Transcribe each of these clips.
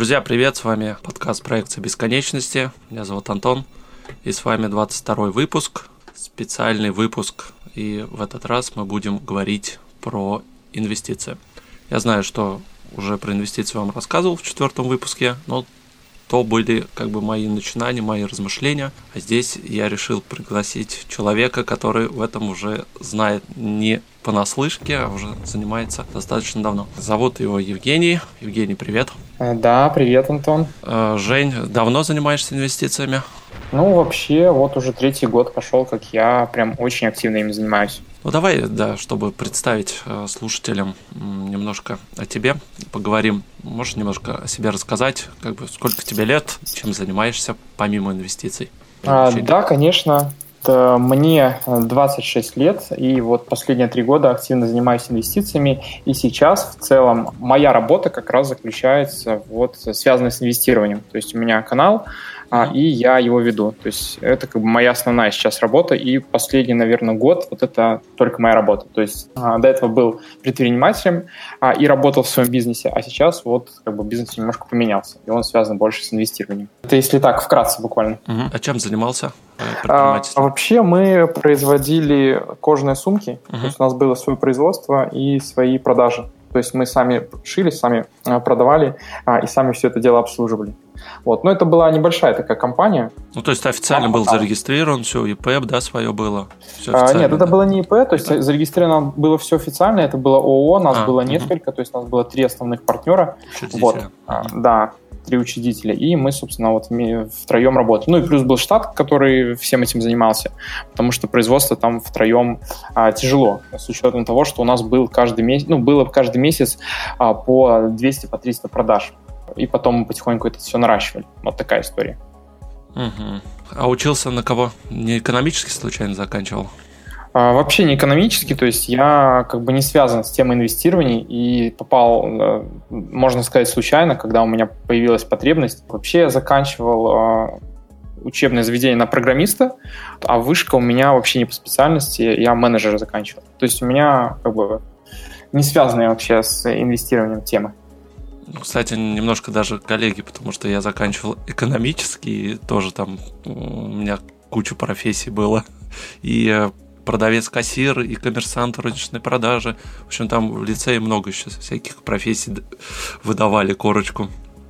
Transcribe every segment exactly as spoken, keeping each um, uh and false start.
Друзья, привет, с вами подкаст «Проекция бесконечности». Меня зовут Антон, и с вами двадцать второй выпуск, специальный выпуск. И в этот раз мы будем говорить про инвестиции. Я знаю, что уже про инвестиции вам рассказывал в четвертом выпуске, но то были как бы мои начинания, мои размышления. А здесь я решил пригласить человека, который в этом уже знает не понаслышке, а уже занимается достаточно давно. Зовут его Евгений. Евгений, привет. Да, привет, Антон. Жень, давно занимаешься инвестициями? Ну, вообще, вот уже третий год пошел, как я прям очень активно ими занимаюсь. Ну, давай, да, чтобы представить слушателям немножко о тебе, поговорим. Можешь немножко о себе рассказать, как бы сколько тебе лет, чем занимаешься помимо инвестиций? А, да, конечно. Мне двадцать шесть лет, и вот последние три года активно занимаюсь инвестициями, и сейчас в целом моя работа как раз заключается вот связанная с инвестированием. То есть у меня канал, mm-hmm. и я его веду. То есть это как бы моя основная сейчас работа, и последний, наверное, год вот это только моя работа. То есть до этого был предпринимателем и работал в своем бизнесе, а сейчас вот как бы бизнес немножко поменялся, и он связан больше с инвестированием. Это если так, вкратце буквально. Mm-hmm. А чем занимался? А, вообще мы производили кожаные сумки, uh-huh. то есть у нас было свое производство и свои продажи. То есть мы сами шили, сами продавали и сами все это дело обслуживали. Вот. Но это была небольшая такая компания. Ну, то есть официально а, был да. зарегистрирован, все, ИП, да, свое было? Все а, нет, это да? было не ИП, то есть это... зарегистрировано было все официально, это было ООО, нас а, было угу. несколько, то есть у нас было три основных партнера. Учредителя. Вот. Угу. А, да. Три учредителя, и мы, собственно, вот втроем работали. Ну и плюс был штат, который всем этим занимался, потому что производство там втроем а, тяжело, с учетом того, что у нас был каждый месяц, ну, было каждый месяц а, по двести, по триста продаж, и потом мы потихоньку это все наращивали. Вот такая история. Угу. А учился на кого? Не экономически случайно заканчивал? Вообще не экономически, то есть я как бы не связан с темой инвестирований и попал, можно сказать, случайно, когда у меня появилась потребность. Вообще я заканчивал учебное заведение на программиста, а вышка у меня вообще не по специальности, я менеджера заканчивал. То есть у меня как бы не связанная вообще с инвестированием темы. Кстати, немножко даже коллеги, потому что я заканчивал экономический, и тоже там у меня куча профессий было, и продавец-кассир и коммерсант розничной продажи. В общем, там в лицее много еще всяких профессий выдавали корочку.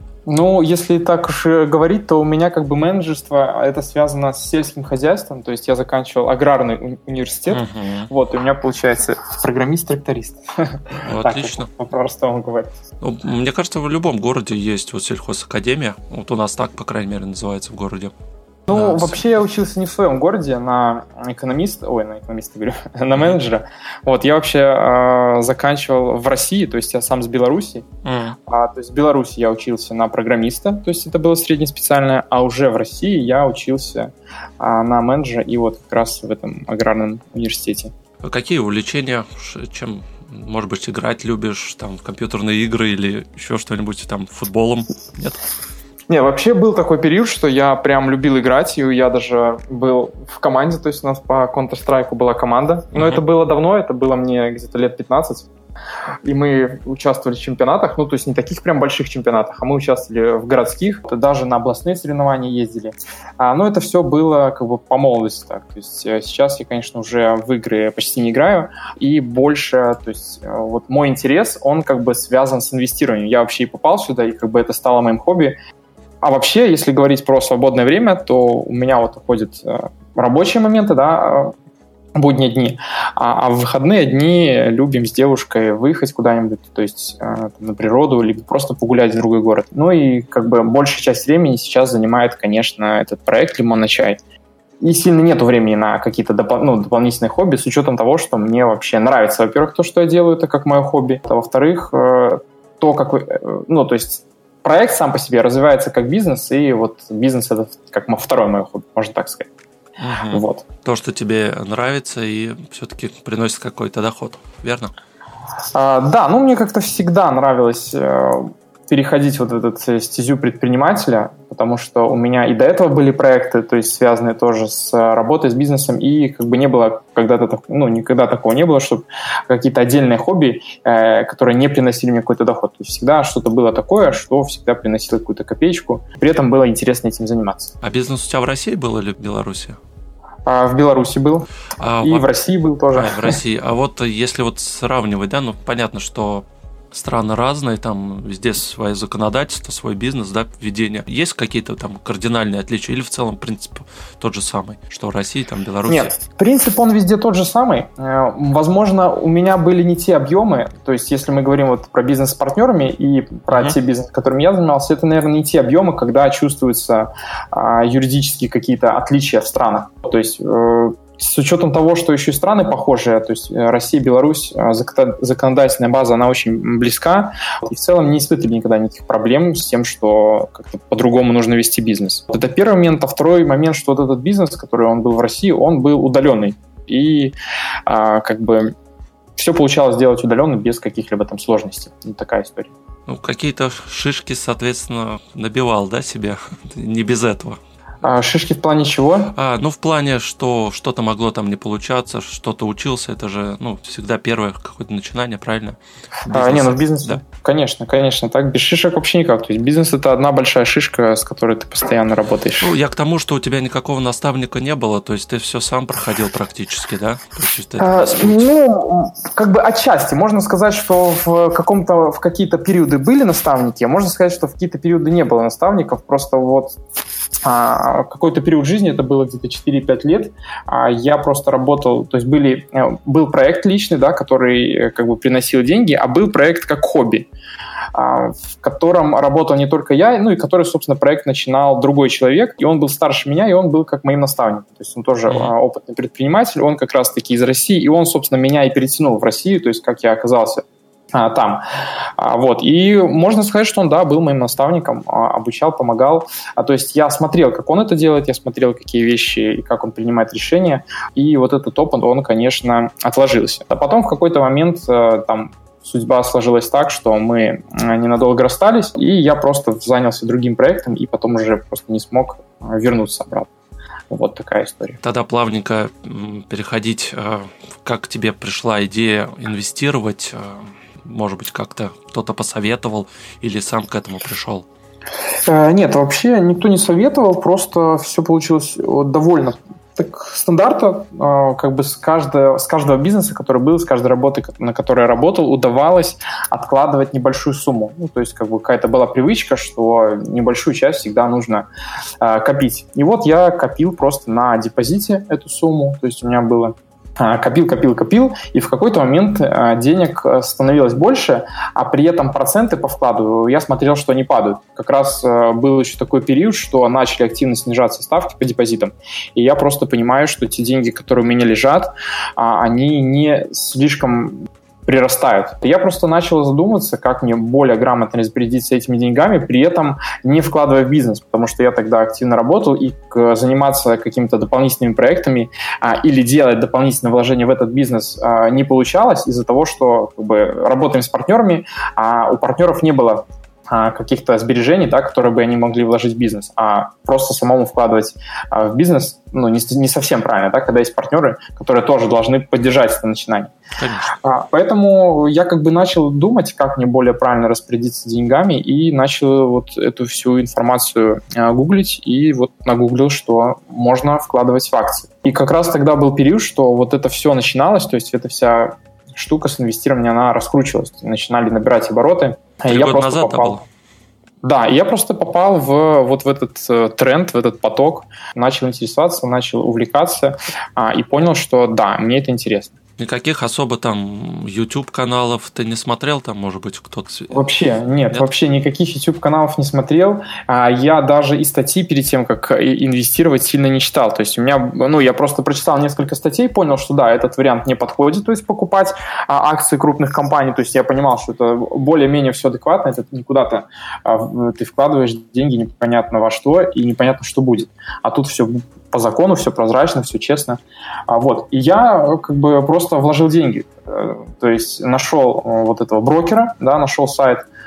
Ну, если так уж говорить, то у меня как бы менеджерство, это связано с сельским хозяйством, то есть я заканчивал аграрный уни- университет, uh-huh. вот, и у меня получается программист-тракторист. Ну, отлично. Так, по-простому говорить. Ну, мне кажется, в любом городе есть вот сельхозакадемия, вот у нас так, по крайней мере, называется в городе. Ну, да, вообще я учился не в своем городе, на экономиста, ой, на экономиста говорю, на менеджера. Вот, я вообще э, заканчивал в России, то есть я сам с Беларуси. Mm. А, то есть в Беларуси я учился на программиста, то есть это было среднеспециальное, а уже в России я учился а, на менеджера и вот как раз в этом аграрном университете. Какие увлечения, чем, может быть, играть любишь, там, в компьютерные игры или еще что-нибудь, там, футболом? Нет? Не, вообще был такой период, что я прям любил играть, и я даже был в команде, то есть у нас по Counter-Strike была команда, но mm-hmm. это было давно, это было мне где-то лет пятнадцать, и мы участвовали в чемпионатах, ну то есть не таких прям больших чемпионатах, а мы участвовали в городских, даже на областные соревнования ездили, а, но это все было как бы по молодости так, то есть сейчас я, конечно, уже в игры почти не играю, и больше, то есть вот мой интерес, он как бы связан с инвестированием, я вообще и попал сюда, и как бы это стало моим хобби. А вообще, если говорить про свободное время, то у меня вот уходят рабочие моменты, да, будние дни, а, а в выходные дни любим с девушкой выехать куда-нибудь, то есть на природу, либо просто погулять в другой город. Ну и как бы большая часть времени сейчас занимает, конечно, этот проект «Лимон на чай». И сильно нету времени на какие-то допол- ну, дополнительные хобби, с учетом того, что мне вообще нравится, во-первых, то, что я делаю, это как мое хобби, а во-вторых, то, как вы, ну, то есть проект сам по себе развивается как бизнес, и вот бизнес — это как второе мое хобби, можно так сказать. Угу. Вот. То, что тебе нравится и все-таки приносит какой-то доход, верно? А, да, ну мне как-то всегда нравилось э, переходить вот в эту стезю предпринимателя, потому что у меня и до этого были проекты, то есть связанные тоже с работой, с бизнесом, и как бы не было когда-то, ну, никогда такого не было, чтобы какие-то отдельные хобби, э, которые не приносили мне какой-то доход. То есть всегда что-то было такое, что всегда приносило какую-то копеечку. При этом было интересно этим заниматься. А бизнес у тебя в России был или в Беларуси? А, в Беларуси был. А, и в... в России был тоже. А, в России. А вот если вот сравнивать, да, ну, понятно, что страны разные, там везде свое законодательство, свой бизнес, да, ведение. Есть какие-то там кардинальные отличия или в целом принцип тот же самый, что в России, там, Беларуси? Нет, принцип он везде тот же самый. Возможно, у меня были не те объемы, то есть если мы говорим вот про бизнес с партнерами и про uh-huh. те бизнесы, которыми я занимался, это, наверное, не те объемы, когда чувствуются а, юридические какие-то отличия в странах. То есть э, с учетом того, что еще и страны похожие, то есть Россия, Беларусь, законодательная база, она очень близка. И в целом не испытывали никогда никаких проблем с тем, что как-то по-другому нужно вести бизнес. Вот это первый момент. А второй момент, что вот этот бизнес, который он был в России, он был удаленный. И а, как бы все получалось делать удаленно без каких-либо там сложностей. Вот такая история. Ну, какие-то шишки, соответственно, набивал, да, себе? Не без этого. А шишки в плане чего? А, ну, в плане, что что-то могло там не получаться, что-то учился, это же, ну, всегда первое какое-то начинание, правильно? А, не, ну в бизнесе, да. Конечно, конечно, так, без шишек вообще никак. То есть бизнес – это одна большая шишка, с которой ты постоянно работаешь. Ну, я к тому, что у тебя никакого наставника не было, то есть ты все сам проходил практически, да? То есть, а, ну, как бы отчасти. Можно сказать, что в каком-то, в какие-то периоды были наставники, а можно сказать, что в какие-то периоды не было наставников, просто вот а, какой-то период жизни, это было где-то четыре-пять лет, а я просто работал, то есть были, был проект личный, да, который как бы приносил деньги, а был проект как хобби, а, в котором работал не только я, ну и который, собственно, проект начинал другой человек, и он был старше меня, и он был как моим наставником, то есть он тоже mm-hmm. опытный предприниматель, он как раз-таки из России, и он, собственно, меня и перетянул в Россию, то есть как я оказался А, там. А, вот. И можно сказать, что он, да, был моим наставником, а, обучал, помогал. А, то есть я смотрел, как он это делает, я смотрел, какие вещи и как он принимает решения. И вот этот опыт, он, конечно, отложился. А потом в какой-то момент а, там судьба сложилась так, что мы ненадолго расстались, и я просто занялся другим проектом, и потом уже просто не смог вернуться обратно. Вот такая история. Тогда плавненько переходить, как тебе пришла идея инвестировать. Может быть, как-то кто-то посоветовал или сам к этому пришел? Нет, вообще никто не советовал, просто все получилось довольно так стандартно, как бы с каждого, с каждого бизнеса, который был, с каждой работы, на которой я работал, удавалось откладывать небольшую сумму. Ну, то есть как бы какая-то была привычка, что небольшую часть всегда нужно э, копить. И вот я копил просто на депозите эту сумму, то есть у меня было копил, копил, копил, и в какой-то момент денег становилось больше, а при этом проценты по вкладу я смотрел, что они падают. Как раз был еще такой период, что начали активно снижаться ставки по депозитам, и я просто понимаю, что те деньги, которые у меня лежат, они не слишком прирастают. Я просто начал задумываться, как мне более грамотно распорядиться этими деньгами, при этом не вкладывая в бизнес, потому что я тогда активно работал, и заниматься какими-то дополнительными проектами а, или делать дополнительные вложения в этот бизнес а, не получалось из-за того, что как бы, работаем с партнерами, а у партнеров не было каких-то сбережений, да, которые бы они могли вложить в бизнес, а просто самому вкладывать в бизнес, ну, не, не совсем правильно, да, когда есть партнеры, которые тоже должны поддержать это начинание. Конечно. Поэтому я как бы начал думать, как мне более правильно распорядиться деньгами, и начал вот эту всю информацию гуглить, и вот нагуглил, что можно вкладывать в акции. И как раз тогда был период, что вот это все начиналось, то есть эта вся штука с инвестированием, она раскручивалась, начинали набирать обороты. Три я года назад попал... был. Да, я просто попал в вот в этот э, тренд, в этот поток, начал интересоваться, начал увлекаться а, и понял, что да, мне это интересно. Никаких особо там YouTube-каналов ты не смотрел? Там, может быть, кто-то... Вообще, нет, нет? вообще никаких YouTube-каналов не смотрел. Я даже и статьи перед тем, как инвестировать, сильно не читал. То есть у меня, ну, я просто прочитал несколько статей, понял, что да, этот вариант не подходит, то есть покупать акции крупных компаний. То есть я понимал, что это более-менее все адекватно, это не куда-то ты вкладываешь деньги непонятно во что и непонятно, что будет. А тут все по закону, все прозрачно, все честно. Вот. И я как бы просто вложил деньги. То есть нашел вот этого брокера, да, нашел сайт,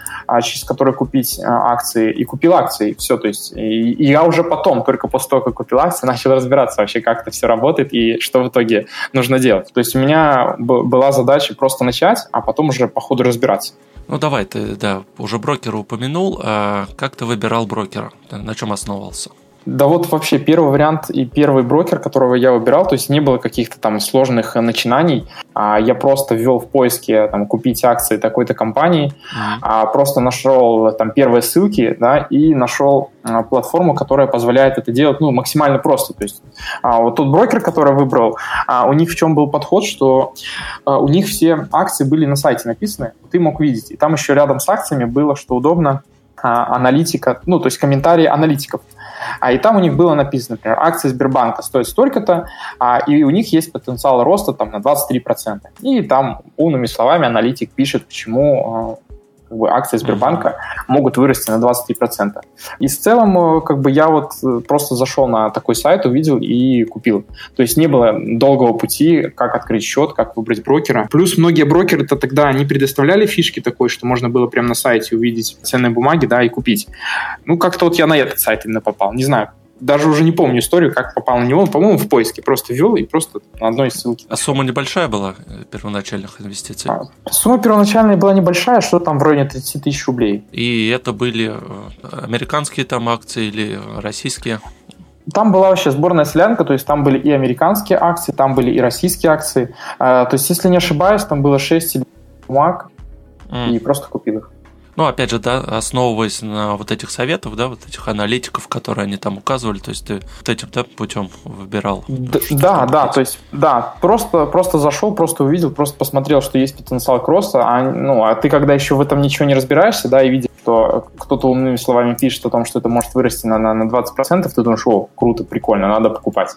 через который купить акции, и купил акции, все, то есть и, и я уже потом, только после того, как купил акции, начал разбираться вообще, как это все работает и что в итоге нужно делать. То есть у меня б- была задача просто начать, а потом уже по ходу разбираться. Ну давай, ты да, уже брокера упомянул, а как ты выбирал брокера, на чем основывался? Да вот вообще первый вариант и первый брокер, которого я выбирал, то есть не было каких-то там сложных начинаний, а я просто ввел в поиске там, купить акции такой-то компании, mm-hmm. а просто нашел там первые ссылки, да, и нашел а, платформу, которая позволяет это делать ну, максимально просто. То есть а, вот тот брокер, который я выбрал, а, у них в чем был подход, что а, у них все акции были на сайте написаны, ты мог видеть, и там еще рядом с акциями было, что удобно, а, аналитика, ну то есть комментарии аналитиков. А и там у них было написано, например, акции Сбербанка стоят столько-то, а, и у них есть потенциал роста там, на двадцать три процента. И там умными словами аналитик пишет, почему а, как бы, акции Сбербанка mm-hmm. могут вырасти на двадцать три процента. И в целом как бы, я вот просто зашел на такой сайт, увидел и купил. То есть не было долгого пути, как открыть счет, как выбрать брокера. Плюс многие брокеры-то тогда не предоставляли фишки такой, что можно было прямо на сайте увидеть ценные бумаги, да, и купить. Ну, как-то вот я на этот сайт именно попал. Не знаю, даже уже не помню историю, как попал на него. По-моему, в поиске просто ввел и просто на одной ссылке. А сумма небольшая была первоначальных инвестиций? А, сумма первоначальная была небольшая, что там в районе тридцать тысяч рублей. И это были американские там акции или российские? Там была вообще сборная солянка, то есть там были и американские акции, там были и российские акции. А, то есть, если не ошибаюсь, там было шесть бумаг, mm. и просто купил их. Ну, опять же, да, основываясь на вот этих советах, да, вот этих аналитиков, которые они там указывали, то есть ты вот этим да, путем выбирал. Да, да, да, то есть, да, просто, просто зашел, просто увидел, просто посмотрел, что есть потенциал к росту, а, ну, а ты когда еще в этом ничего не разбираешься, да, и видишь, что кто-то умными словами пишет о том, что это может вырасти на, на, на двадцать процентов, ты думаешь, о, круто, прикольно, надо покупать.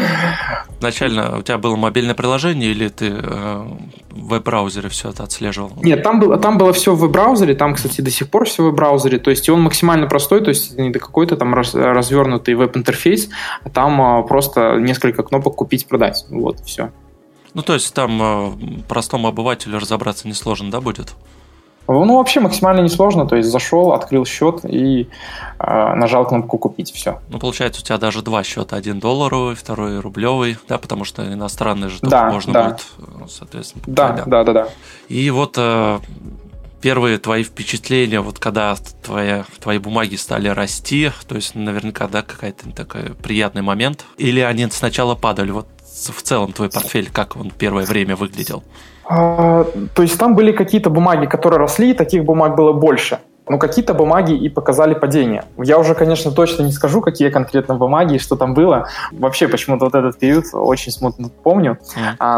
Изначально у тебя было мобильное приложение или ты э, в веб-браузере все это отслеживал? Нет, там было, там было все в веб-браузере, там, кстати, до сих пор все в веб-браузере, то есть он максимально простой, то есть не какой-то там раз, развернутый веб-интерфейс, а там а, просто несколько кнопок купить-продать, вот, все. Ну, то есть там а, простому обывателю разобраться несложно, да, будет? Ну, вообще максимально несложно, то есть зашел, открыл счет и э, нажал кнопку «Купить», все. Ну, получается, у тебя даже два счета, один долларовый, второй рублевый, да, потому что иностранный же да, можно да. будет, соответственно, да, да, да, да, да. И вот э, первые твои впечатления, вот когда твоя, твои бумаги стали расти, то есть наверняка, да, какой-то такой приятный момент, или они сначала падали, вот в целом твой портфель, как он первое время выглядел? А, то есть там были какие-то бумаги, которые росли, таких бумаг было больше. Но какие-то бумаги и показали падение. Я уже, конечно, точно не скажу, какие конкретно бумаги и что там было. Вообще, почему-то вот этот период очень смутно помню. Mm. А,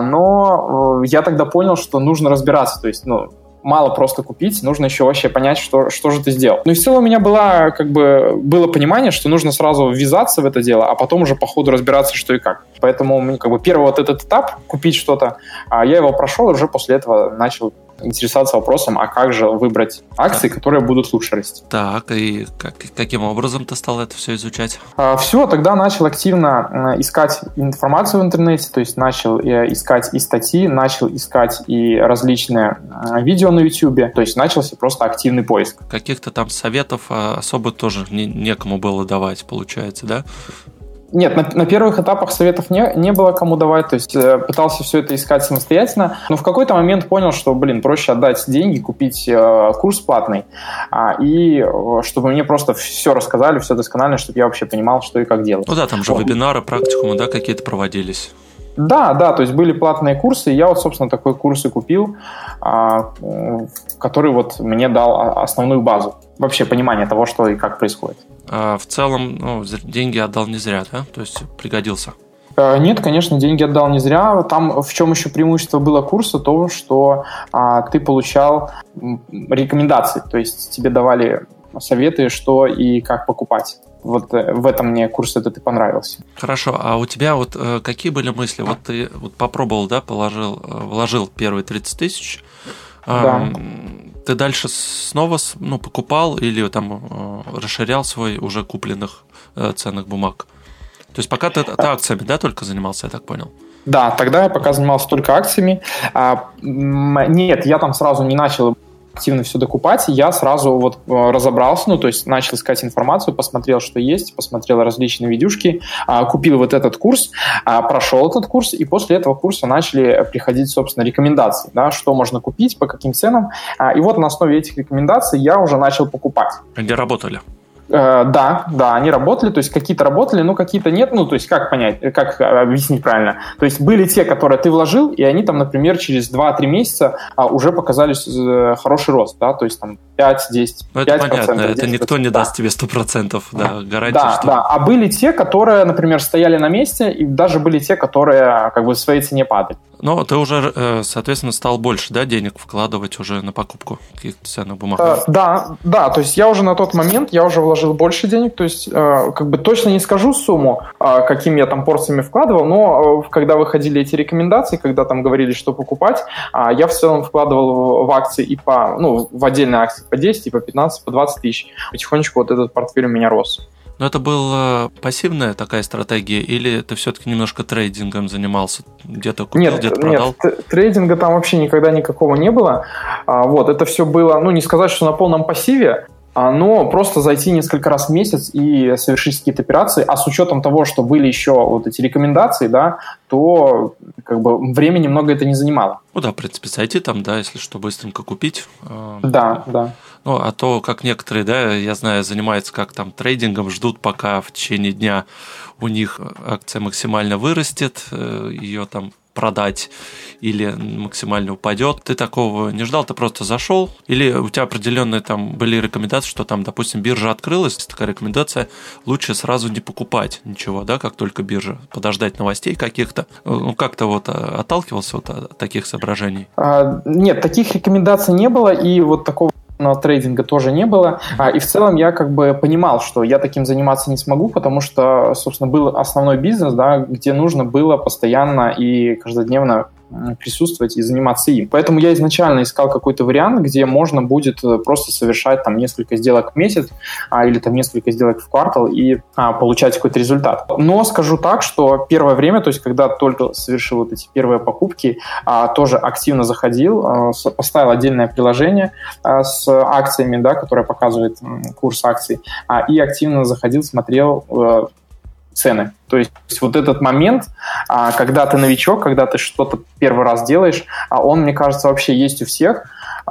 но я тогда понял, что нужно разбираться. То есть, ну, мало просто купить, нужно еще вообще понять, что, что же ты сделал. Ну и в целом у меня была, как бы, было понимание, что нужно сразу ввязаться в это дело, а потом уже по ходу разбираться, что и как. Поэтому как бы, первый вот этот этап, купить что-то, я его прошел, и уже после этого начал интересоваться вопросом, а как же выбрать акции, которые будут лучше расти. Так, и как, каким образом ты стал это все изучать? А, все, тогда начал активно искать информацию в интернете, то есть начал искать и статьи, начал искать и различные видео на YouTube, то есть начался просто активный поиск. Каких-то там советов особо тоже не, некому было давать, получается, да? Нет, на, на первых этапах советов не, не было кому давать, то есть э, пытался все это искать самостоятельно, но в какой-то момент понял, что, блин, проще отдать деньги, купить э, курс платный, а, и э, чтобы мне просто все рассказали, все досконально, чтобы я вообще понимал, что и как делать. Ну да, там же вот. Вебинары, практикумы, да, какие-то проводились. Да, да, то есть были платные курсы, и я вот, собственно, такой курс и купил, а, который вот мне дал основную базу, вообще понимание того, что и как происходит. А в целом, ну, деньги отдал не зря, да? То есть пригодился? Нет, конечно, деньги отдал не зря. Там в чем еще преимущество было курса, то, что а, ты получал рекомендации, то есть тебе давали советы, что и как покупать. Вот в этом мне курс этот и понравился. Хорошо, а у тебя вот э, какие были мысли? Вот ты вот попробовал, да, положил, э, вложил первые тридцать тысяч, э, да. Ты дальше снова ну, покупал или там э, расширял свой уже купленных э, ценных бумаг? То есть пока ты, ты акциями, да, только занимался, я так понял? Да, тогда я пока занимался только акциями. А, нет, я там сразу не начал активно все докупать, я сразу вот разобрался, ну, то есть начал искать информацию, посмотрел, что есть, посмотрел различные видюшки, купил вот этот курс, прошел этот курс, и после этого курса начали приходить, собственно, рекомендации, да, что можно купить, по каким ценам, и вот на основе этих рекомендаций я уже начал покупать. Где работали? Uh, да, да, они работали, то есть какие-то работали, но какие-то нет, ну, то есть как понять, как объяснить правильно? То есть были те, которые ты вложил, и они там, например, через два-три месяца а, уже показали uh, хороший рост, да, то есть там пять-десять процентов. Ну, это понятно, это никто не да. даст тебе сто процентов, да, гарантии, да, что... Да, а были те, которые, например, стояли на месте, и даже были те, которые как бы в своей цене падали. Но ты уже, соответственно, стал больше, да, денег вкладывать уже на покупку каких-то ценных бумаг? Да, да, то есть я уже на тот момент, я уже вложил больше денег, то есть как бы точно не скажу сумму, какими я там порциями вкладывал, но когда выходили эти рекомендации, когда там говорили, что покупать, я в целом вкладывал в акции и по, ну, в отдельные акции по десять, и по пятнадцать, по двадцать тысяч. Потихонечку вот этот портфель у меня рос. Но это была пассивная такая стратегия, или ты все-таки немножко трейдингом занимался? Где-то купил, нет, где-то продал? Нет, трейдинга там вообще никогда никакого не было. Вот, это все было, ну, не сказать, что на полном пассиве, но просто зайти несколько раз в месяц и совершить какие-то операции, а с учетом того, что были еще вот эти рекомендации, да, то как бы времени много это не занимало. Ну да, в принципе, зайти там, да, если что, быстренько купить. Да, да. Ну, а то, как некоторые, да, я знаю, занимаются как там трейдингом, ждут, пока в течение дня у них акция максимально вырастет, ее там продать или максимально упадет. Ты такого не ждал, ты просто зашел? Или у тебя определенные там были рекомендации, что там, допустим, биржа открылась, такая рекомендация, лучше сразу не покупать ничего, да, как только биржа, подождать новостей каких-то. Ну, как-то вот отталкивался вот от таких соображений? А, нет, таких рекомендаций не было, и вот такого трейдинга тоже не было. А, и в целом я как бы понимал, что я таким заниматься не смогу, потому что, собственно, был основной бизнес, да, где нужно было постоянно и каждодневно присутствовать и заниматься им. Поэтому я изначально искал какой-то вариант, где можно будет просто совершать там несколько сделок в месяц а, или там несколько сделок в квартал и а, получать какой-то результат. Но скажу так, что первое время, то есть когда только совершил вот эти первые покупки, а, тоже активно заходил, а, поставил отдельное приложение а, с акциями, да, которое показывает м, курс акций, а, и активно заходил, смотрел а, цены. То есть вот этот момент, когда ты новичок, когда ты что-то первый раз делаешь, он, мне кажется, вообще есть у всех,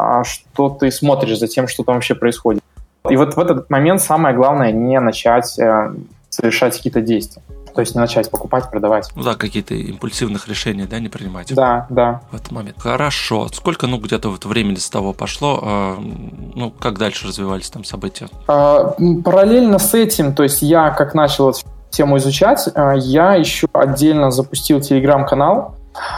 что ты смотришь за тем, что там вообще происходит. И вот в этот момент самое главное не начать совершать какие-то действия. То есть не начать покупать, продавать. Ну да, какие-то импульсивных решений, да, не принимать. Да, да. В этот момент. Хорошо. Сколько, ну, где-то вот времени с того пошло? Ну, как дальше развивались там события? Параллельно с этим, то есть я как начал тему изучать, я еще отдельно запустил телеграм-канал.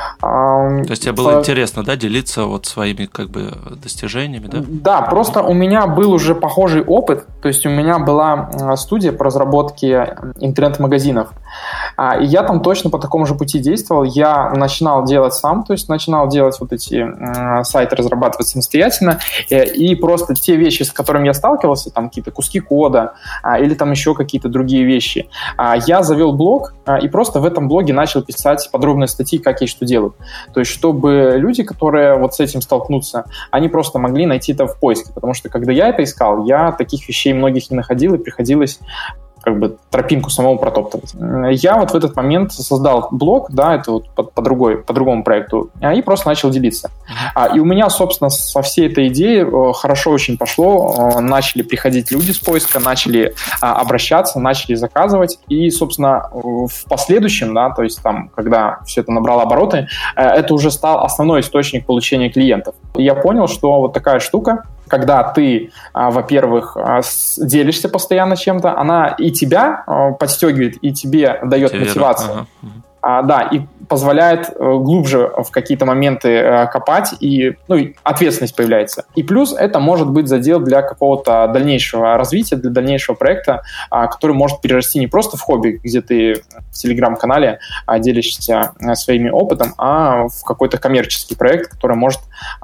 То есть тебе было по... интересно, да, делиться вот своими как бы достижениями, да? Да, просто у меня был уже похожий опыт, то есть у меня была студия по разработке интернет-магазинов, и я там точно по такому же пути действовал. Я начинал делать сам, то есть начинал делать вот эти сайты, разрабатывать самостоятельно, и просто те вещи, с которыми я сталкивался, там какие-то куски кода или там еще какие-то другие вещи, я завел блог и просто в этом блоге начал писать подробные статьи, как я что делают. То есть, чтобы люди, которые вот с этим столкнутся, они просто могли найти это в поиске. Потому что, когда я это искал, я таких вещей многих не находил, и приходилось как бы тропинку самому протоптывать. Я вот в этот момент создал блог, да, это вот по, по, другой, по другому проекту, и просто начал делиться. И у меня, собственно, со всей этой идеей хорошо очень пошло, начали приходить люди с поиска, начали обращаться, начали заказывать, и, собственно, в последующем, да, то есть там, когда все это набрало обороты, это уже стал основной источник получения клиентов. И я понял, что вот такая штука, когда ты, во-первых, делишься постоянно чем-то, она и тебя подстегивает, и тебе дает Мотивирует. мотивацию. Ага. Да, и позволяет глубже в какие-то моменты копать, и, ну, и ответственность появляется. И плюс это может быть задел для какого-то дальнейшего развития, для дальнейшего проекта, который может перерасти не просто в хобби, где ты в телеграм-канале делишься своими опытом, а в какой-то коммерческий проект, который может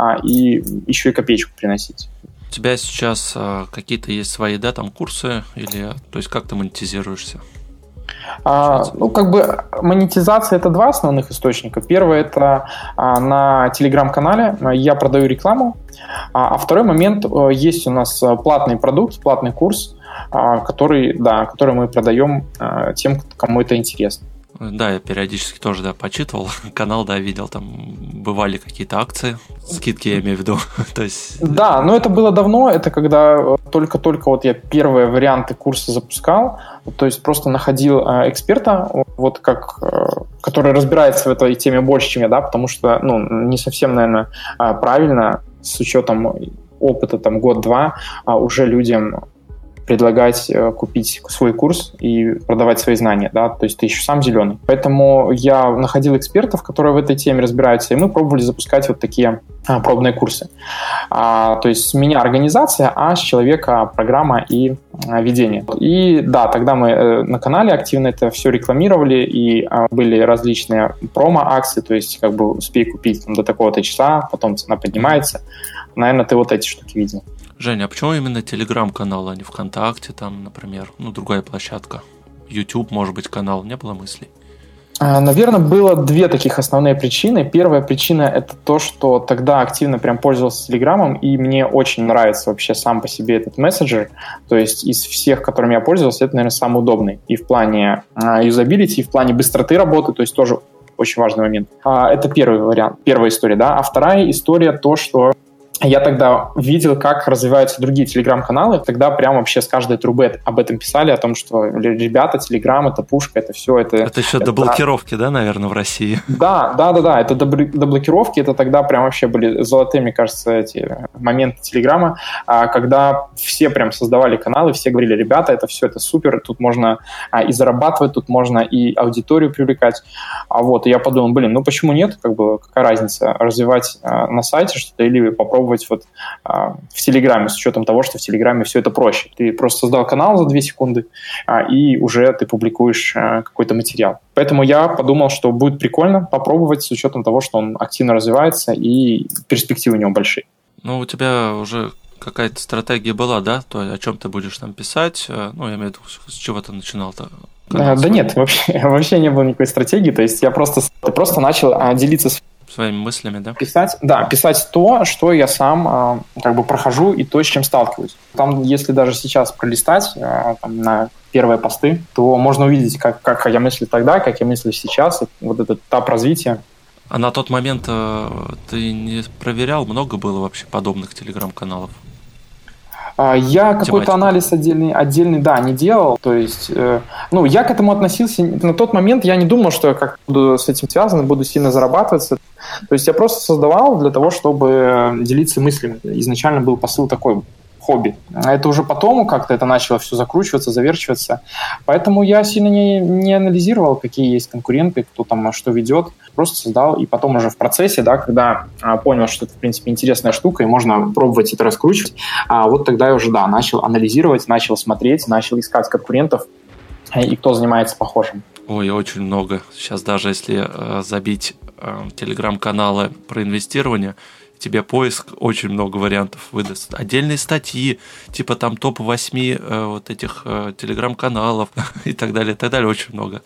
и еще и копеечку приносить. У тебя сейчас какие-то есть свои, да, там курсы, или, то есть как ты монетизируешься? А, ну, как бы монетизация — это два основных источника. Первый — это а, на телеграм-канале я продаю рекламу, а, а второй момент — есть у нас платный продукт, платный курс, а, который, да, который мы продаем а, тем, кому это интересно. Да, я периодически тоже, да, почитывал канал, да, видел, там бывали какие-то акции, скидки, я имею в виду. То есть... Да, но это было давно, это когда только-только вот я первые варианты курса запускал, то есть просто находил э, эксперта, вот как, э, который разбирается в этой теме больше, чем я, да, потому что, ну, не совсем, наверное, правильно с учетом опыта, там, год-два, а уже людям предлагать э, купить свой курс и продавать свои знания, да, то есть ты еще сам зеленый. Поэтому я находил экспертов, которые в этой теме разбираются, и мы пробовали запускать вот такие а, пробные курсы. А, то есть с меня организация, а с человека программа и а, ведение. И да, тогда мы э, на канале активно это все рекламировали, и а, были различные промо-акции, то есть как бы успей купить там, до такого-то числа, потом цена поднимается. Наверное, ты вот эти штуки видел. Женя, а почему именно Телеграм-канал, а не ВКонтакте, там, например, ну, другая площадка? YouTube, может быть, канал, не было мыслей? Наверное, было две таких основные причины. Первая причина — это то, что тогда активно прям пользовался Телеграмом, и мне очень нравится вообще сам по себе этот мессенджер. То есть из всех, которыми я пользовался, это, наверное, самый удобный. И в плане юзабилити, и в плане быстроты работы, то есть тоже очень важный момент. Это первый вариант, первая история, да. А вторая история — то, что я тогда видел, как развиваются другие телеграм-каналы. Тогда прям вообще с каждой трубы об этом писали, о том, что ребята, телеграм, это пушка, это все. Это, это еще это... до блокировки, да, наверное, в России? Да, да, да, да. Это до, до блокировки. Это тогда прям вообще были золотые, мне кажется, эти моменты телеграма, когда все прям создавали каналы, все говорили: ребята, это все, это супер, тут можно и зарабатывать, тут можно и аудиторию привлекать. А вот, и я подумал, блин, ну почему нет? Как бы, какая разница, развивать на сайте что-то или попробовать вот а, в Телеграме, с учетом того, что в Телеграме все это проще. Ты просто создал канал за две секунды, а, и уже ты публикуешь а, какой-то материал. Поэтому я подумал, что будет прикольно попробовать с учетом того, что он активно развивается и перспективы у него большие. Ну, у тебя уже какая-то стратегия была, да? То, о чем ты будешь там писать? Ну, я имею в виду, с чего ты начинал-то? Да, да нет, вообще, вообще не было никакой стратегии. То есть я просто, ты просто начал а, делиться с своими мыслями, да? Писать, да, писать то, что я сам э, как бы прохожу, и то, с чем сталкиваюсь. Там, если даже сейчас пролистать э, там, на первые посты, то можно увидеть, как, как я мыслю тогда, как я мыслю сейчас, вот этот этап развития. А на тот момент э, ты не проверял, много было вообще подобных телеграм-каналов? Я какой-то анализ отдельный, отдельный, да, не делал. То есть, э, ну, я к этому относился. На тот момент я не думал, что я как буду с этим связан, буду сильно зарабатываться. То есть я просто создавал для того, чтобы делиться мыслями. Изначально был посыл такой: хобби. А это уже потом как-то это начало все закручиваться, заверчиваться. Поэтому я сильно не, не анализировал, какие есть конкуренты, кто там что ведет. Просто создал, и потом уже в процессе, да, когда а, понял, что это, в принципе, интересная штука, и можно пробовать это раскручивать, а, вот тогда я уже, да, начал анализировать, начал смотреть, начал искать конкурентов, и кто занимается похожим. Ой, очень много. Сейчас даже если э, забить э, телеграм-каналы про инвестирование, тебе поиск очень много вариантов выдаст. Отдельные статьи, типа там топ восемь э, вот этих э, телеграм-каналов и так далее, и так далее, очень много.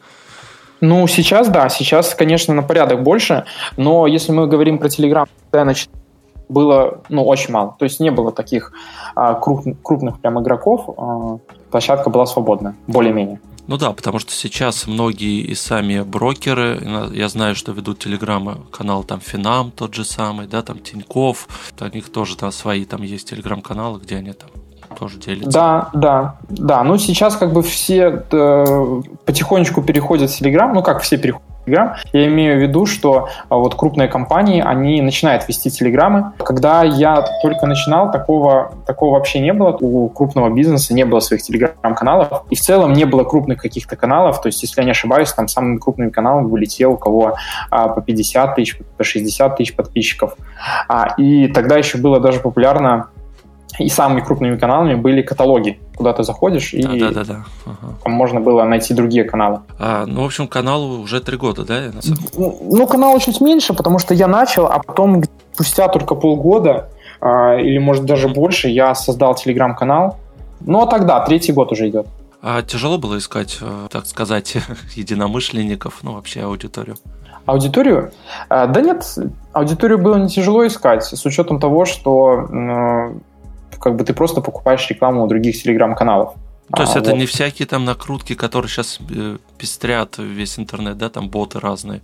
Ну, сейчас, да, сейчас, конечно, на порядок больше, но если мы говорим про Telegram, значит, было, ну, очень мало. То есть не было таких а, крупных, крупных прям игроков, а, площадка была свободная, более-менее. Ну да, потому что сейчас многие и сами брокеры, я знаю, что ведут телеграммы, канал там Финам тот же самый, да, там Тинькофф, у них тоже там свои там есть телеграм-каналы, где они там тоже делятся. Да, да, да. Ну, сейчас как бы все э, потихонечку переходят в Telegram. Ну, как все переходят в Telegram. Я имею в виду, что а, вот крупные компании, они начинают вести телеграммы. Когда я только начинал, такого, такого вообще не было. У крупного бизнеса не было своих телеграм-каналов. И в целом не было крупных каких-то каналов. То есть, если я не ошибаюсь, там самым крупным каналом вылетел, у кого а, по пятьдесят тысяч, по шестьдесят тысяч подписчиков. А, и тогда еще было даже популярно, и самыми крупными каналами были каталоги, куда ты заходишь, и да, да, да. Ага. Там можно было найти другие каналы. А, ну, в общем, каналу уже три года, да? Ну, ну, каналу чуть меньше, потому что я начал, а потом спустя только полгода, а, или, может, даже больше, я создал телеграм-канал. Ну, а тогда, третий год уже идет. А тяжело было искать, так сказать, единомышленников, ну, вообще аудиторию? Аудиторию? Да нет, аудиторию было не тяжело искать, с учетом того, что ну, как бы ты просто покупаешь рекламу у других телеграм-каналов. То есть а, это вот. не всякие там накрутки, которые сейчас пестрят весь интернет, да, там боты разные.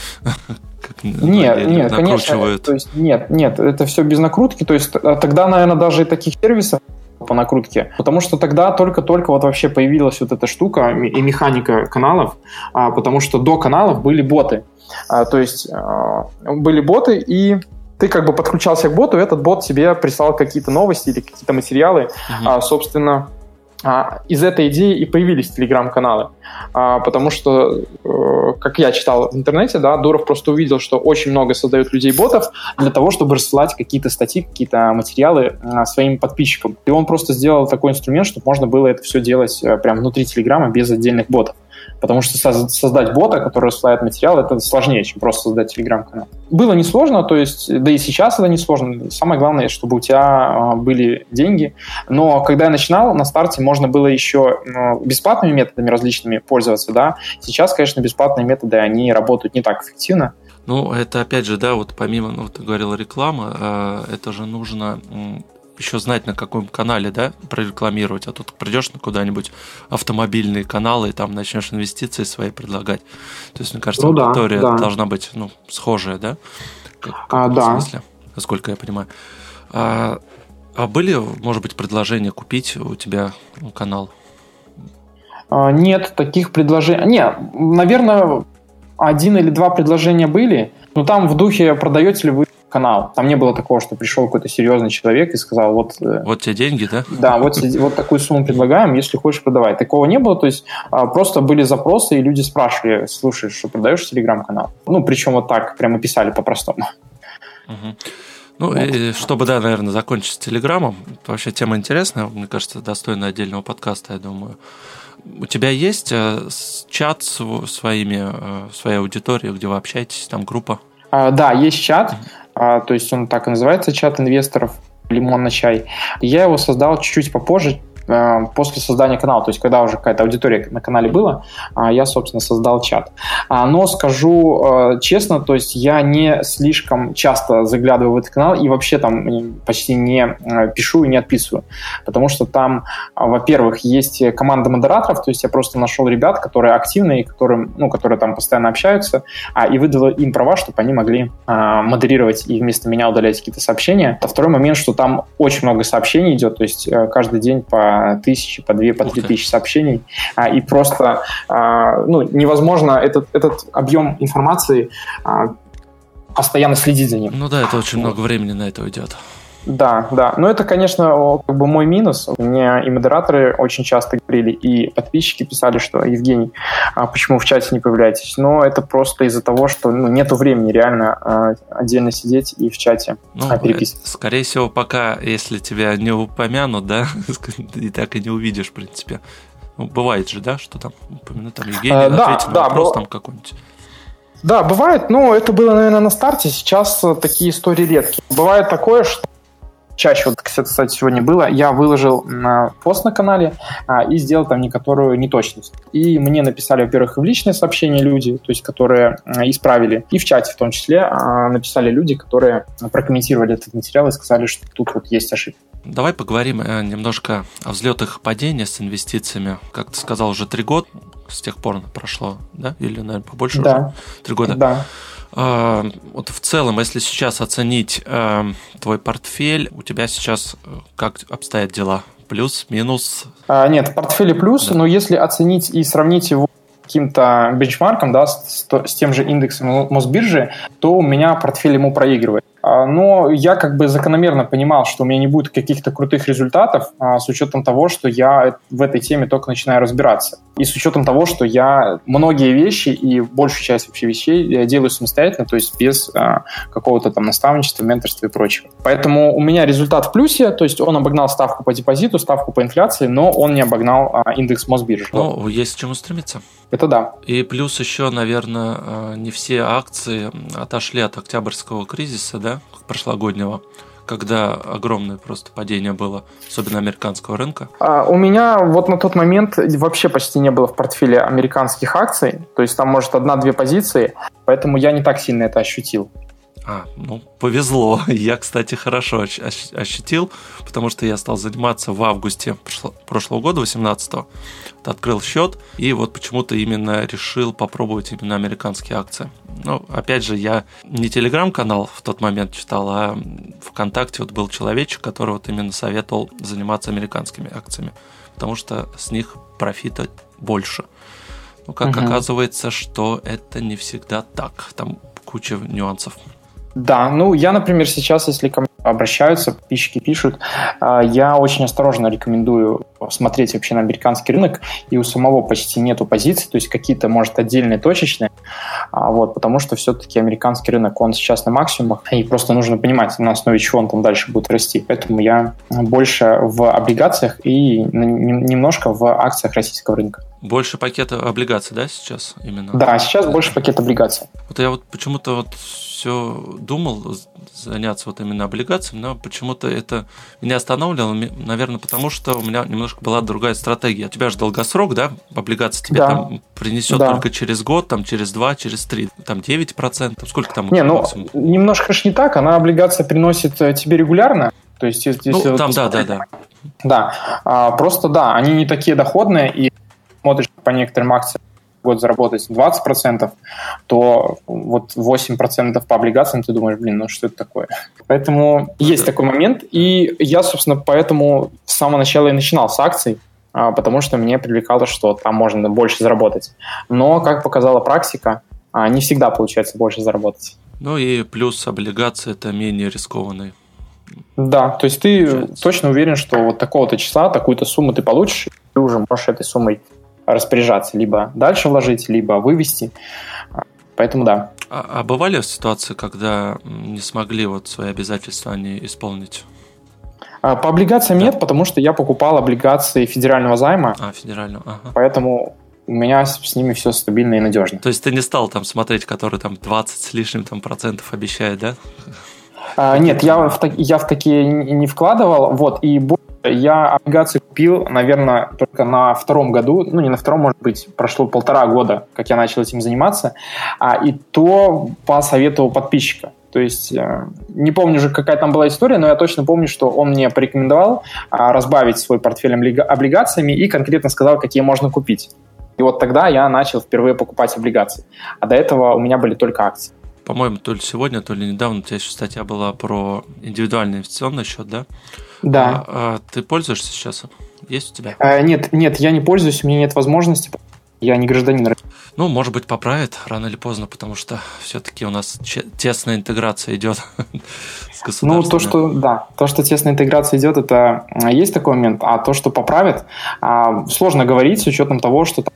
Нет, нет, конечно. То есть, нет, нет, это все без накрутки. То есть тогда, наверное, даже и таких сервисов по накрутке, потому что тогда только-только вот вообще появилась вот эта штука и механика каналов, потому что до каналов были боты. То есть были боты, и ты как бы подключался к боту, и этот бот тебе прислал какие-то новости или какие-то материалы, угу. собственно. Из этой идеи и появились телеграм-каналы, потому что, как я читал в интернете, да, Дуров просто увидел, что очень много создают людей-ботов для того, чтобы рассылать какие-то статьи, какие-то материалы своим подписчикам. И он просто сделал такой инструмент, чтобы можно было это все делать прямо внутри телеграма без отдельных ботов. Потому что создать бота, который рассылает материал, это сложнее, чем просто создать телеграм-канал. Было несложно, то есть, да и сейчас это несложно. Самое главное, чтобы у тебя были деньги. Но когда я начинал, на старте можно было еще бесплатными методами различными пользоваться, да. Сейчас, конечно, бесплатные методы, они работают не так эффективно. Ну, это опять же, да, вот помимо, ну, ты говорила, реклама, это же нужно еще знать, на каком канале, да, прорекламировать, а тут придешь на куда-нибудь автомобильные каналы и там начнешь инвестиции свои предлагать. То есть, мне кажется, ну, аудитория да, да. должна быть, ну, схожая, да? Как, а, в да. смысле, насколько я понимаю. А, а были, может быть, предложения купить у тебя канал? А, нет, таких предложений... Нет, наверное, один или два предложения были, но там в духе продаете ли вы канал. Там не было такого, что пришел какой-то серьезный человек и сказал, вот... Вот тебе деньги, да? Да, вот, вот такую сумму предлагаем, если хочешь, продавай. Такого не было, то есть просто были запросы, и люди спрашивали, слушай, что продаешь телеграм-канал? Ну, причем вот так, прямо писали по-простому. Угу. Ну, вот. И чтобы, да, наверное, закончить с телеграммом, вообще тема интересная, мне кажется, достойна отдельного подкаста, я думаю. У тебя есть чат с своими, своей аудиторией, где вы общаетесь, там группа? А, да, есть чат. А, то есть он так и называется, чат инвесторов «Лимон на чай». Я его создал чуть-чуть попозже, после создания канала, то есть когда уже какая-то аудитория на канале была, я, собственно, создал чат. Но скажу честно, то есть я не слишком часто заглядываю в этот канал и вообще там почти не пишу и не отписываю, потому что там, во-первых, есть команда модераторов, то есть я просто нашел ребят, которые активные, которые, ну, которые там постоянно общаются, и выдал им права, чтобы они могли модерировать и вместо меня удалять какие-то сообщения. А второй момент, что там очень много сообщений идет, то есть каждый день по тысячи, по две, по три тысячи сообщений, а, и просто а, ну, невозможно этот, этот объем информации а, постоянно следить за ним. Ну да, это очень много времени на это уйдет. Да, да. Но это, конечно, как бы мой минус. Мне и модераторы очень часто говорили, и подписчики писали, что Евгений, а почему в чате не появляетесь? Но это просто из-за того, что ну, нету времени реально а, отдельно сидеть и в чате ну, а, переписывать. Скорее всего, пока, если тебя не упомянут, да, и так и не увидишь, в принципе. Ну, бывает же, да, что там упомянут, там Евгений, а, да, ответить на да, вопрос был... там какой-нибудь. Да, бывает, но это было, наверное, на старте, сейчас такие истории редкие. Бывает такое, что чаще, вот, кстати, сегодня было, я выложил пост на канале а, и сделал там некоторую неточность. И мне написали, во-первых, в личные сообщения люди, то есть которые а, исправили, и в чате в том числе а, написали люди, которые прокомментировали этот материал и сказали, что тут вот есть ошибка. Давай поговорим немножко о взлетах и падениях с инвестициями. Как ты сказал, уже три года с тех пор прошло, да? Или, наверное, побольше да. уже? Три года? Да. А, вот в целом, если сейчас оценить а, твой портфель, у тебя сейчас как обстоят дела? Плюс, минус? А, нет, в портфеле плюс, да. Но если оценить и сравнить его каким-то бенчмарком, да, с, с тем же индексом Мосбиржи, то у меня портфель ему проигрывает. Но я как бы закономерно понимал, что у меня не будет каких-то крутых результатов а, с учетом того, что я в этой теме только начинаю разбираться. И с учетом того, что я многие вещи и большую часть вообще вещей я делаю самостоятельно, то есть без а, какого-то там наставничества, менторства и прочего. Поэтому у меня результат в плюсе, то есть он обогнал ставку по депозиту, ставку по инфляции, но он не обогнал а, индекс Мосбиржи. Ну, есть к чему стремиться. Это да. И плюс еще, наверное, не все акции отошли от октябрьского кризиса, да, прошлогоднего, когда огромное просто падение было, особенно американского рынка? А, у меня вот на тот момент вообще почти не было в портфеле американских акций, то есть там, может, одна-две позиции, поэтому я не так сильно это ощутил. А, ну, повезло. Я, кстати, хорошо ощутил, потому что я стал заниматься в августе прошлого года, восемнадцатого. Открыл счет, и вот почему-то именно решил попробовать именно американские акции. Ну, опять же, я не телеграм-канал в тот момент читал, а ВКонтакте вот был человечек, который вот именно советовал заниматься американскими акциями, потому что с них профита больше. Ну, как угу. оказывается, что это не всегда так. Там куча нюансов. Да, ну я, например, сейчас, если ко мне обращаются, подписчики пишут, я очень осторожно рекомендую смотреть вообще на американский рынок, и у самого почти нету позиций, то есть какие-то, может, отдельные, точечные, вот, потому что все-таки американский рынок, он сейчас на максимумах, и просто нужно понимать, на основе чего он там дальше будет расти. Поэтому я больше в облигациях и немножко в акциях российского рынка. Больше пакета облигаций, да, сейчас именно? Да, сейчас больше пакет облигаций. Вот я вот почему-то вот все думал заняться вот именно облигациями, но почему-то это меня останавливало, наверное, потому что у меня немножко была другая стратегия. У тебя же долгосрок, да, облигации тебе да. там принесет да. только через год, там через два, через три, там девять процентов, сколько там? Не, ну, максимум? Немножко ж не так, она облигация приносит тебе регулярно, то есть если ну, вот там, да, да, да. Да, а, просто да, они не такие доходные, и смотришь по некоторым акциям год заработать двадцать процентов, то вот восемь процентов по облигациям ты думаешь, блин, ну что это такое? Поэтому есть такой момент, и я, собственно, поэтому с самого начала и начинал с акций, потому что мне привлекало, что там можно больше заработать. Но, как показала практика, не всегда получается больше заработать. Ну и плюс облигации – это менее рискованные. Да, то есть ты получается. Точно уверен, что вот такого-то числа, такую-то сумму ты получишь, и ты уже можешь этой суммой распоряжаться, либо дальше вложить, либо вывести. Поэтому да. А, а бывали ситуации, когда не смогли вот свои обязательства они исполнить? А, по облигациям да. нет, потому что я покупал облигации федерального займа. А, федерального, ага. Поэтому у меня с, с ними все стабильно и надежно. То есть ты не стал там смотреть, который там двадцать с лишним там процентов обещает, да? А, нет, я в, я в такие не вкладывал, вот, и я облигации купил, наверное, только на втором году, ну, не на втором, может быть, прошло полтора года, как я начал этим заниматься, а, и то по совету подписчика. То есть, не помню уже, какая там была история, но я точно помню, что он мне порекомендовал а, разбавить свой портфель облигациями и конкретно сказал, какие можно купить. И вот тогда я начал впервые покупать облигации. А до этого у меня были только акции. По-моему, то ли сегодня, то ли недавно у тебя еще статья была про индивидуальный инвестиционный счет, да? Да. А, а ты пользуешься сейчас? Есть у тебя? А, нет, нет, я не пользуюсь, у меня нет возможности. Я не гражданин. Ну, может быть, поправят рано или поздно, потому что все-таки у нас тесная интеграция идет с государством. Ну, то, что, да, то, что тесная интеграция идет, это есть такой момент, а то, что поправят, сложно говорить с учетом того, что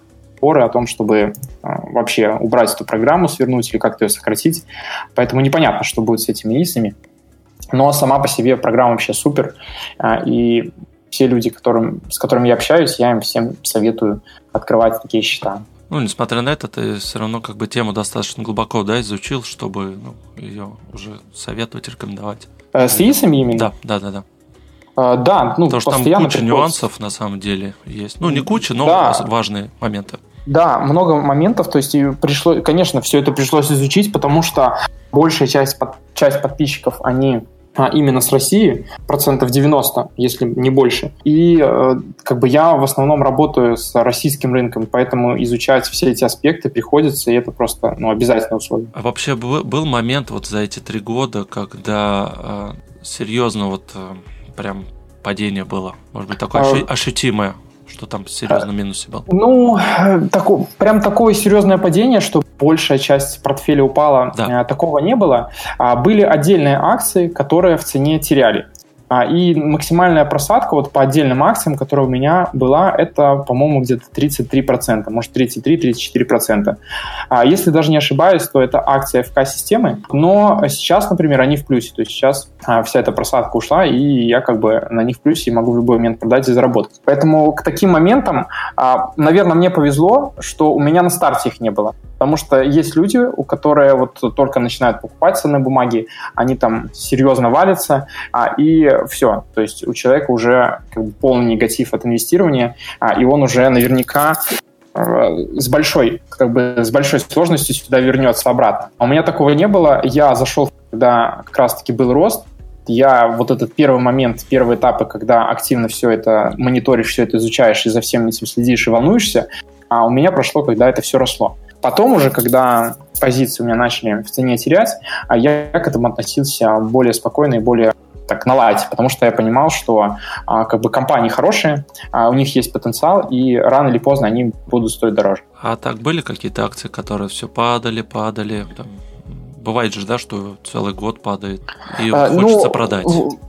о том, чтобы а, вообще убрать эту программу, свернуть или как-то ее сократить. Поэтому непонятно, что будет с этими ИСами. Но сама по себе программа вообще супер. А, и все люди, которым, с которыми я общаюсь, я им всем советую открывать такие счета. Ну, несмотря на это, ты все равно как бы тему достаточно глубоко, да, изучил, чтобы ну, ее уже советовать, рекомендовать. А, с ИСами именно? Да, да, да, да. А, да, ну, потому что там куча нюансов на самом деле есть. Ну, не куча, но да. важные моменты. Да, много моментов, то есть пришло, конечно, все это пришлось изучить, потому что большая часть, часть подписчиков, они а, именно с России, процентов девяносто, если не больше. И э, как бы я в основном работаю с российским рынком, поэтому изучать все эти аспекты приходится, и это просто ну, обязательное условие. А вообще был, был момент вот за эти три года, когда э, серьезно вот э, прям падение было, может быть, такое а... ощутимое? Что там серьезно минусе был? Ну, тако, прям такое серьезное падение, что большая часть портфеля упала, да. Такого не было. Были отдельные акции, которые в цене теряли. И максимальная просадка вот по отдельным акциям, которая у меня была, это, по-моему, где-то тридцать три процента, может тридцать три - тридцать четыре процента. Если даже не ошибаюсь, то это акции эф ка-системы, но сейчас, например, они в плюсе, то есть сейчас вся эта просадка ушла, и я как бы на них в плюсе и могу в любой момент продать и заработать. Поэтому к таким моментам, наверное, мне повезло, что у меня на старте их не было. Потому что есть люди, у которых вот только начинают покупать ценные бумаги, они там серьезно валятся, а, и все. То есть у человека уже как бы полный негатив от инвестирования, а, и он уже наверняка с большой, как бы, с большой сложностью сюда вернется обратно. А у меня такого не было. Я зашел, когда как раз-таки был рост. Я вот этот первый момент, первые этапы, когда активно все это мониторишь, все это изучаешь и за всем этим следишь и волнуешься, а у меня прошло, когда это все росло. Потом уже, когда позиции у меня начали в цене терять, я к этому относился более спокойно и более так на лайте, потому что я понимал, что а, как бы компании хорошие, а, у них есть потенциал, и рано или поздно они будут стоить дороже. А так были какие-то акции, которые все падали, падали? Там, бывает же, да, что целый год падает, и а, хочется ну, продать.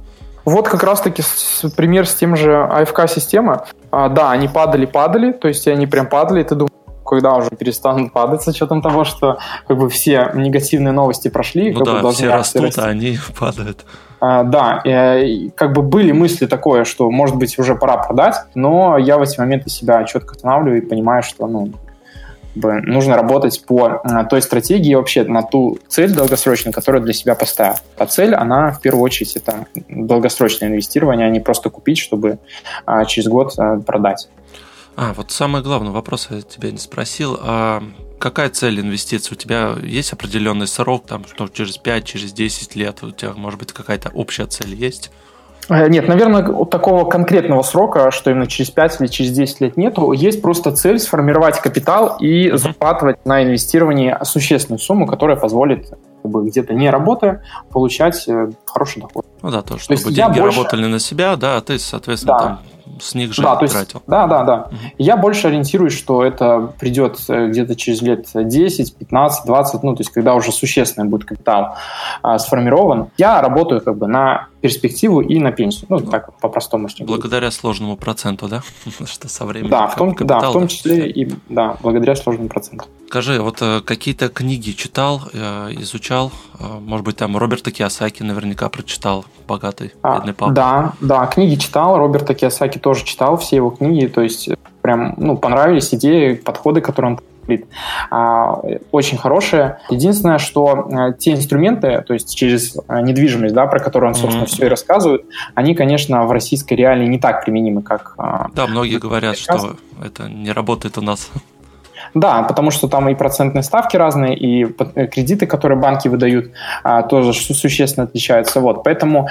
Вот как раз-таки пример с тем же а эф ка-система. А, да, они падали-падали, то есть они прям падали, и ты думаешь, когда уже перестанут падать с учетом того, что как бы все негативные новости прошли. Ну как да, бы, все растут, расти. А они падают. А, да, и, как бы были мысли такое, что, может быть, уже пора продать, но я в эти моменты себя четко останавливаю и понимаю, что, ну, как бы нужно работать по а, той стратегии и вообще на ту цель долгосрочную, которую для себя поставил. А цель, она в первую очередь это долгосрочное инвестирование, а не просто купить, чтобы а, через год а, продать. А, вот самый главный вопрос я тебя не спросил. А какая цель инвестиций? У тебя есть определенный срок, там, что через пять, через десять лет? У тебя, может быть, какая-то общая цель есть? Нет, наверное, такого конкретного срока, что именно через пять или через десять лет нету. Есть просто цель сформировать капитал и mm-hmm. зарабатывать на инвестировании существенную сумму, которая позволит, как бы, где-то не работая, получать хороший доход. Ну да, то, чтобы то деньги больше... работали на себя, да, а ты, соответственно, да. там с них же да, тратил. Есть, да, да, да. Угу. Я больше ориентируюсь, что это придет где-то через лет десять, пятнадцать, двадцать, ну, то есть когда уже существенный будет капитал а, сформирован. Я работаю как бы на перспективу и на пенсию. Ну, так по-простому. Благодаря сложному проценту, да? Что со временем да, в том, капитал, да, в том да. числе и да, благодаря сложному проценту. Скажи, вот какие-то книги читал, изучал? Может быть, там Роберта Кийосаки наверняка прочитал, «Богатый бедный папа». А, да, да, книги читал, Роберта Кийосаки тоже читал, все его книги, то есть прям, ну, понравились идеи, подходы, которые он говорит. А, очень хорошие. Единственное, что а, те инструменты, то есть через а, недвижимость, да, про которую он, собственно, mm-hmm. все и рассказывает, они, конечно, в российской реалии не так применимы, как... А, да, многие говорят, что это не работает у нас. Да, потому что там и процентные ставки разные, и кредиты, которые банки выдают, тоже существенно отличаются. Вот, поэтому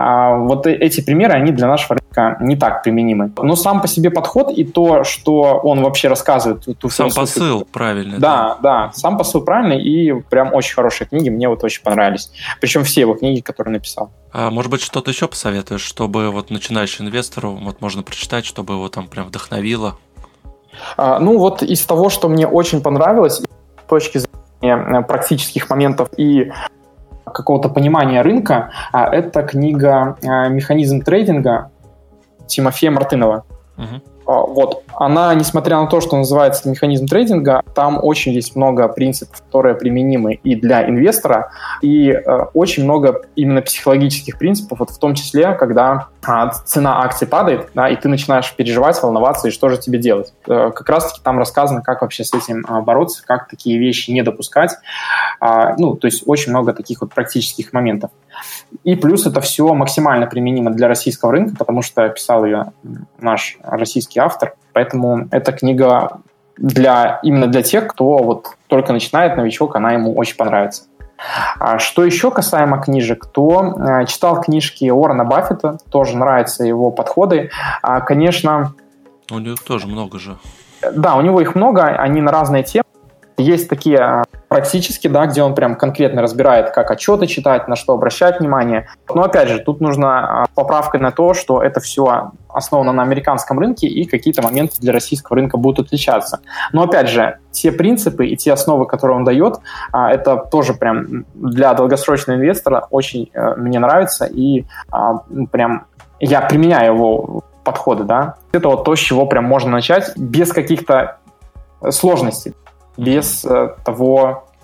вот эти примеры, они для нашего рынка не так применимы. Но сам по себе подход и то, что он вообще рассказывает... Сам посыл правильный. Да, да, да, сам посыл правильный, и прям очень хорошие книги, мне вот очень понравились. Причем все его книги, которые написал. А может быть, что-то еще посоветуешь, чтобы вот начинающему инвестору вот можно прочитать, чтобы его там прям вдохновило? Ну вот из того, что мне очень понравилось, с точки зрения практических моментов и какого-то понимания рынка, это книга «Механизм трейдинга» Тимофея Мартынова. Угу. Вот. Она, несмотря на то, что называется «Механизм трейдинга», там очень есть много принципов, которые применимы и для инвестора, и э, очень много именно психологических принципов, вот в том числе, когда э, цена акций падает, да, и ты начинаешь переживать, волноваться, и что же тебе делать. Э, как раз-таки там рассказано, как вообще с этим э, бороться, как такие вещи не допускать. Э, ну, то есть очень много таких вот практических моментов. И плюс это все максимально применимо для российского рынка, потому что писал ее наш российский автор. Поэтому эта книга для, именно для тех, кто вот только начинает, новичок, она ему очень понравится. А что еще касаемо книжек, то э, читал книжки Уоррена Баффета, тоже нравятся его подходы. А, конечно... У него тоже много же. Да, у него их много, они на разные темы. Есть такие практические, да, где он прям конкретно разбирает, как отчеты читать, на что обращать внимание. Но опять же, тут нужна поправка на то, что это все основано на американском рынке, и какие-то моменты для российского рынка будут отличаться. Но опять же, те принципы и те основы, которые он дает, это тоже прям для долгосрочного инвестора очень мне нравится, и прям я применяю его подходы, да. Это вот то, с чего прям можно начать без каких-то сложностей. Без э, того,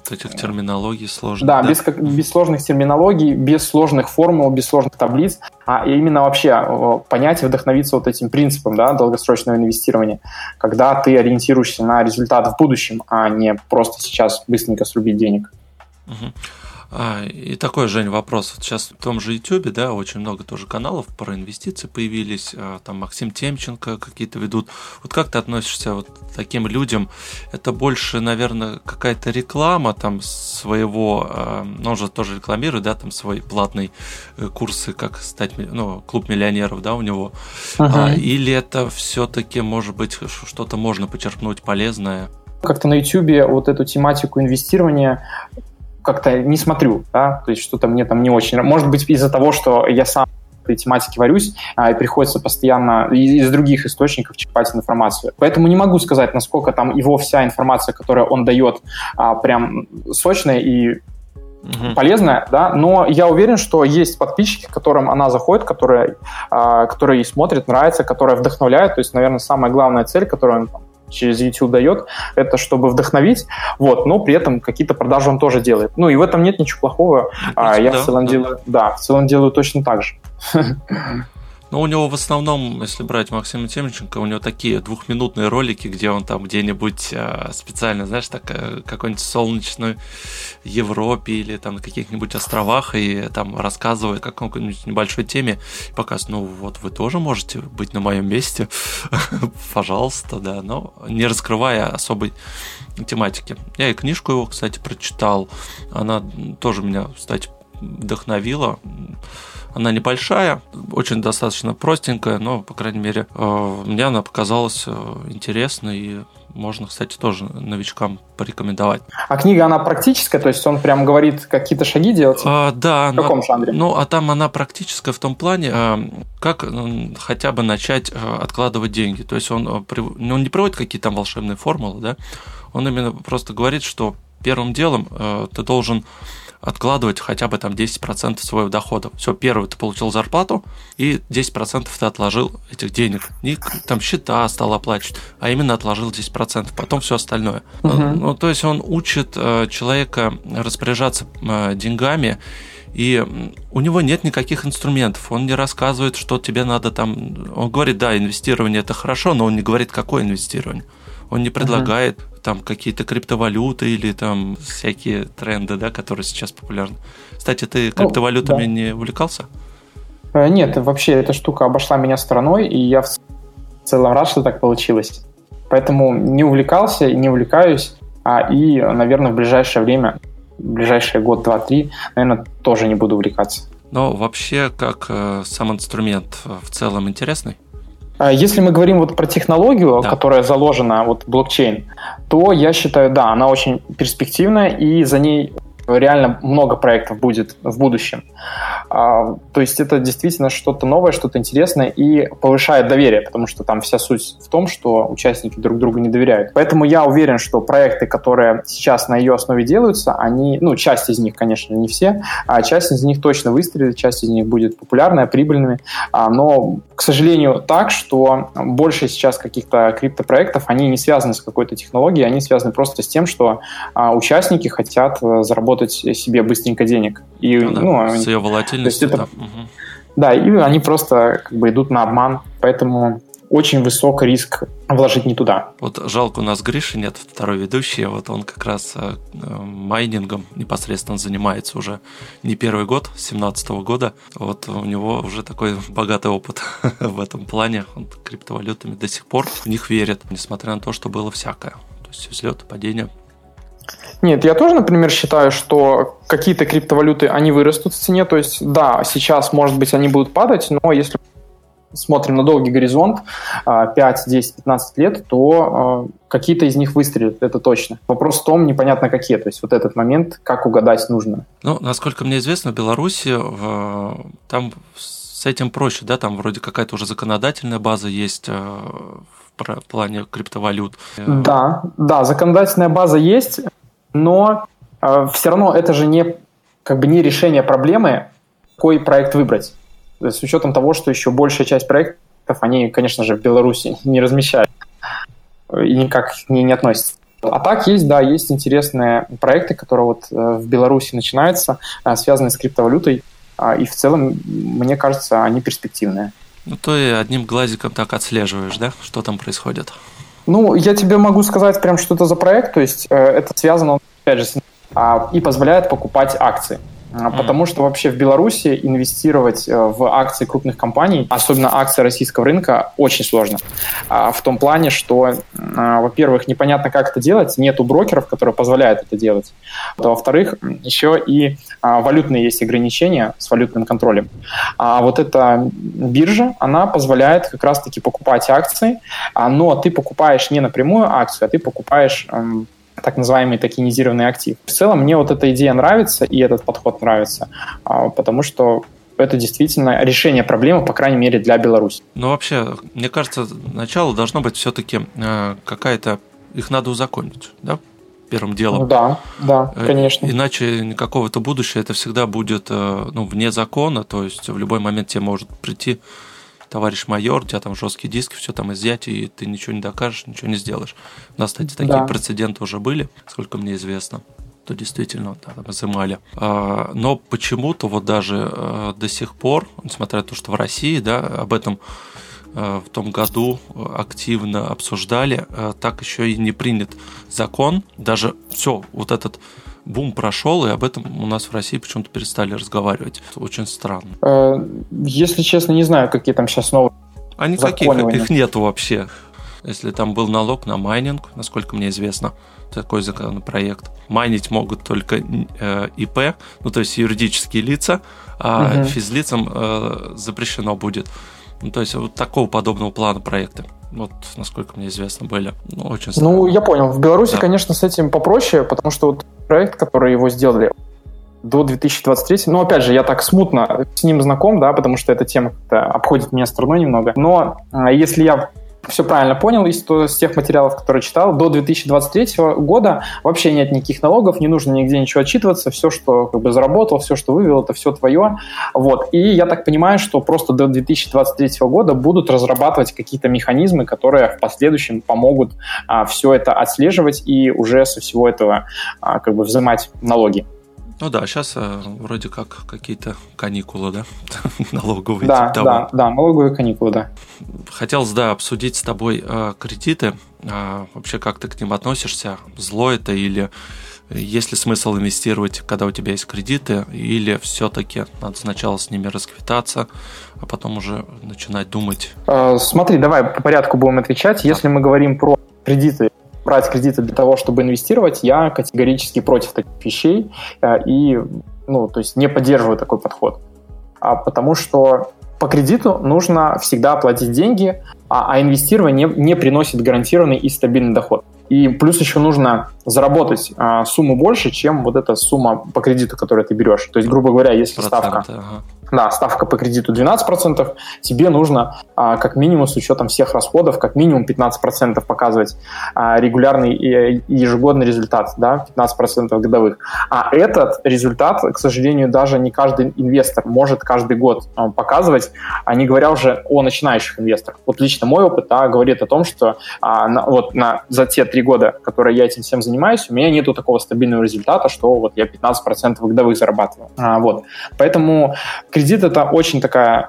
этих терминологий сложных. Да, да. Без, без сложных терминологий, без сложных формул, без сложных таблиц, а именно вообще понять и вдохновиться вот этим принципом, да, долгосрочного инвестирования, когда ты ориентируешься на результат в будущем, а не просто сейчас быстренько срубить денег. Угу. А, и такой, Жень, вопрос. Вот сейчас в том же YouTube, да, очень много тоже каналов про инвестиции появились. Там Максим Темченко какие-то ведут. Вот как ты относишься вот к таким людям? Это больше, наверное, какая-то реклама там своего, ну, он же тоже рекламирует, да, там свои платные курсы, как стать, ну, клуб миллионеров, да, у него. Uh-huh. А, или это все-таки, может быть, что-то можно почерпнуть полезное? Как-то на YouTube вот эту тематику инвестирования как-то не смотрю, да, то есть что-то мне там не очень... Может быть, из-за того, что я сам в этой тематике варюсь, а, и приходится постоянно из других источников черпать информацию. Поэтому не могу сказать, насколько там его вся информация, которую он дает, а, прям сочная и угу. полезная, да, но я уверен, что есть подписчики, которым она заходит, которые, а, которые ей смотрят, нравится, которые вдохновляют. То есть, наверное, самая главная цель, которую он через YouTube дает, это чтобы вдохновить, вот, но при этом какие-то продажи он тоже делает. Ну, и в этом нет ничего плохого. А, я да, в целом да. делаю, да, в целом делаю точно так же. Ну, у него в основном, если брать Максима Темченко, у него такие двухминутные ролики, где он там где-нибудь э, специально, знаешь, так, э, какой-нибудь солнечной Европе или там на каких-нибудь островах и там рассказывает о какой-нибудь небольшой теме, и показывает, ну, вот вы тоже можете быть на моем месте, пожалуйста, да, но не раскрывая особой тематики. Я и книжку его, кстати, прочитал, она тоже меня, кстати, вдохновила. Она небольшая, очень достаточно простенькая, но, по крайней мере, мне она показалась интересной и можно, кстати, тоже новичкам порекомендовать. А книга, она практическая? То есть он прям говорит, какие-то шаги делать? А, да. В каком жанре? Ну, а там она практическая в том плане, как хотя бы начать откладывать деньги. То есть он, он не приводит какие-то там волшебные формулы, да? Он именно просто говорит, что первым делом ты должен откладывать хотя бы там десять процентов своего дохода. Все, первый ты получил зарплату, и десять процентов ты отложил этих денег. Не там счета стал оплачивать, а именно отложил десять процентов, потом все остальное. Uh-huh. Ну, то есть он учит э, человека распоряжаться э, деньгами, и у него нет никаких инструментов. Он не рассказывает, что тебе надо там... Он говорит, да, инвестирование – это хорошо, но он не говорит, какое инвестирование. Он не предлагает uh-huh. там какие-то криптовалюты или там всякие тренды, да, которые сейчас популярны. Кстати, ты криптовалютами oh, да. не увлекался? Нет, вообще эта штука обошла меня стороной, и я в целом рад, что так получилось. Поэтому не увлекался и не увлекаюсь, а и, наверное, в ближайшее время, в ближайшие год, два, три, наверное, тоже не буду увлекаться. Но вообще, как э, сам инструмент в целом интересный? Если мы говорим вот про технологию, да. которая заложена, вот блокчейн, то я считаю, да, она очень перспективная, и за ней реально много проектов будет в будущем. А, то есть это действительно что-то новое, что-то интересное и повышает доверие, потому что там вся суть в том, что участники друг другу не доверяют. Поэтому я уверен, что проекты, которые сейчас на ее основе делаются, они, ну, часть из них, конечно, не все, а часть из них точно выстрелит, часть из них будет популярная, прибыльными, а, но, к сожалению, так, что больше сейчас каких-то криптопроектов, они не связаны с какой-то технологией, они связаны просто с тем, что а, участники хотят заработать себе быстренько денег. И, ну, да, ну, с ее волатильностью. Это, да. Угу. да, и они просто как бы идут на обман, поэтому очень высок риск вложить не туда. Вот жалко, у нас Гриши нет, второй ведущий, вот он как раз э, майнингом непосредственно занимается уже не первый год, с семнадцатого года. Вот у него уже такой богатый опыт в этом плане. Он криптовалютами до сих пор в них верит, несмотря на то, что было всякое. То есть взлеты, падения. Нет, я тоже, например, считаю, что какие-то криптовалюты, они вырастут в цене, то есть, да, сейчас, может быть, они будут падать, но если смотрим на долгий горизонт, пять, десять, пятнадцать лет, то какие-то из них выстрелят, это точно. Вопрос в том, непонятно какие, то есть вот этот момент, как угадать нужно. Ну, насколько мне известно, в Беларуси там с этим проще, да, там вроде какая-то уже законодательная база есть в плане криптовалют. Да, да, законодательная база есть, но э, все равно это же не, как бы не решение проблемы, какой проект выбрать. То есть с учетом того, что еще большая часть проектов, они, конечно же, в Беларуси не размещают и никак к ней не относятся. А так есть, да, есть интересные проекты, которые вот в Беларуси начинаются, связанные с криптовалютой, и в целом, мне кажется, они перспективные. Ну, то и одним глазиком так отслеживаешь, да, что там происходит? Ну, я тебе могу сказать прям, что это за проект, то есть это связано, опять же, с и позволяет покупать акции. Потому что вообще в Беларуси инвестировать в акции крупных компаний, особенно акции российского рынка, очень сложно. В том плане, что, во-первых, непонятно, как это делать, нету брокеров, которые позволяют это делать. А во-вторых, еще и валютные есть ограничения с валютным контролем. А вот эта биржа, она позволяет как раз-таки покупать акции, но ты покупаешь не напрямую акцию, а ты покупаешь так называемый токенизированный актив. В целом мне вот эта идея нравится, и этот подход нравится, потому что это действительно решение проблемы, по крайней мере, для Беларуси. Ну, вообще, мне кажется, начало должно быть все-таки какая-то... Их надо узаконить, да? Первым делом. Да, да, конечно. Иначе какого-то будущего это всегда будет ну, вне закона, то есть в любой момент тебе может прийти товарищ майор, у тебя там жесткие диски, все там изъять, и ты ничего не докажешь, ничего не сделаешь. У нас, кстати, такие да. прецеденты уже были, сколько мне известно, то действительно да, там изымали. А, но почему-то вот даже а, до сих пор, несмотря на то, что в России, да, об этом а, в том году активно обсуждали, а, так еще и не принят закон, даже все, вот этот бум прошел, и об этом у нас в России почему-то перестали разговаривать. Это очень странно. Если честно, не знаю, какие там сейчас новые А никаких, их нету вообще. Если там был налог на майнинг, насколько мне известно, такой законопроект. Майнить могут только э, ИП, ну то есть юридические лица, а угу. физлицам э, запрещено будет. Ну то есть вот такого подобного плана проекты. Вот, насколько мне известно, были. Ну, очень странно. Ну, я понял. В Беларуси, да. конечно, с этим попроще, потому что вот проект, который его сделали до две тысячи двадцать третьего, ну, опять же, я так смутно с ним знаком, да, потому что эта тема обходит меня стороной немного. Но если я все правильно понял из, из тех материалов, которые читал, до две тысячи двадцать третьего года вообще нет никаких налогов, не нужно нигде ничего отчитываться, все, что как бы заработал, все, что вывел, это все твое. Вот. И я так понимаю, что просто до две тысячи двадцать третьего года будут разрабатывать какие-то механизмы, которые в последующем помогут а, все это отслеживать и уже со всего этого а, как бы взимать налоги. Ну да, сейчас э, вроде как какие-то каникулы, да, налоговые. Да, типа да, да, налоговые каникулы, да. Хотелось, да, обсудить с тобой э, кредиты. Э, вообще, как ты к ним относишься? Зло это или есть ли смысл инвестировать, когда у тебя есть кредиты, или все-таки надо сначала с ними расквитаться, а потом уже начинать думать? Э, смотри, давай по порядку будем отвечать. Да. Если мы говорим про кредиты, брать кредиты для того, чтобы инвестировать, я категорически против таких вещей и, ну, то есть не поддерживаю такой подход. А потому что по кредиту нужно всегда платить деньги, а, а инвестирование не, не приносит гарантированный и стабильный доход. И плюс еще нужно заработать а, сумму больше, чем вот эта сумма по кредиту, которую ты берешь. То есть, грубо говоря, если ставка... Ага. Да, ставка по кредиту двенадцать процентов, тебе нужно а, как минимум с учетом всех расходов, как минимум пятнадцать процентов показывать а, регулярный и ежегодный результат, да, пятнадцать процентов годовых. А этот результат, к сожалению, даже не каждый инвестор может каждый год а, показывать, а не говоря уже о начинающих инвесторах. Вот лично мой опыт да, говорит о том, что а, на, вот на, за те три года, которые я этим всем занимаюсь, у меня нету такого стабильного результата, что вот я пятнадцать процентов годовых зарабатываю. А, вот. Поэтому кредит – это очень такая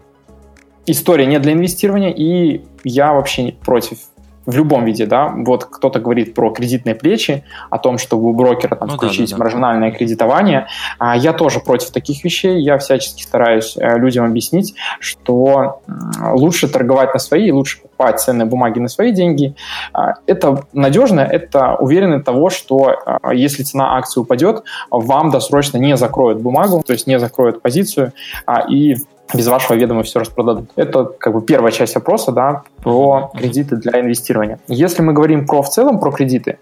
история не для инвестирования, и я вообще против в любом виде, да. Вот кто-то говорит про кредитные плечи, о том, чтобы у брокера там, ну, включить да, да, маржинальное да. кредитование. А я тоже против таких вещей. Я всячески стараюсь людям объяснить, что лучше торговать на свои, лучше покупать ценные бумаги на свои деньги. Это надежно, это уверенность того, что если цена акции упадет, вам досрочно не закроют бумагу, то есть не закроют позицию, и без вашего ведома все распродадут. Это как бы первая часть вопроса, да, про кредиты для инвестирования. Если мы говорим про в целом про кредиты,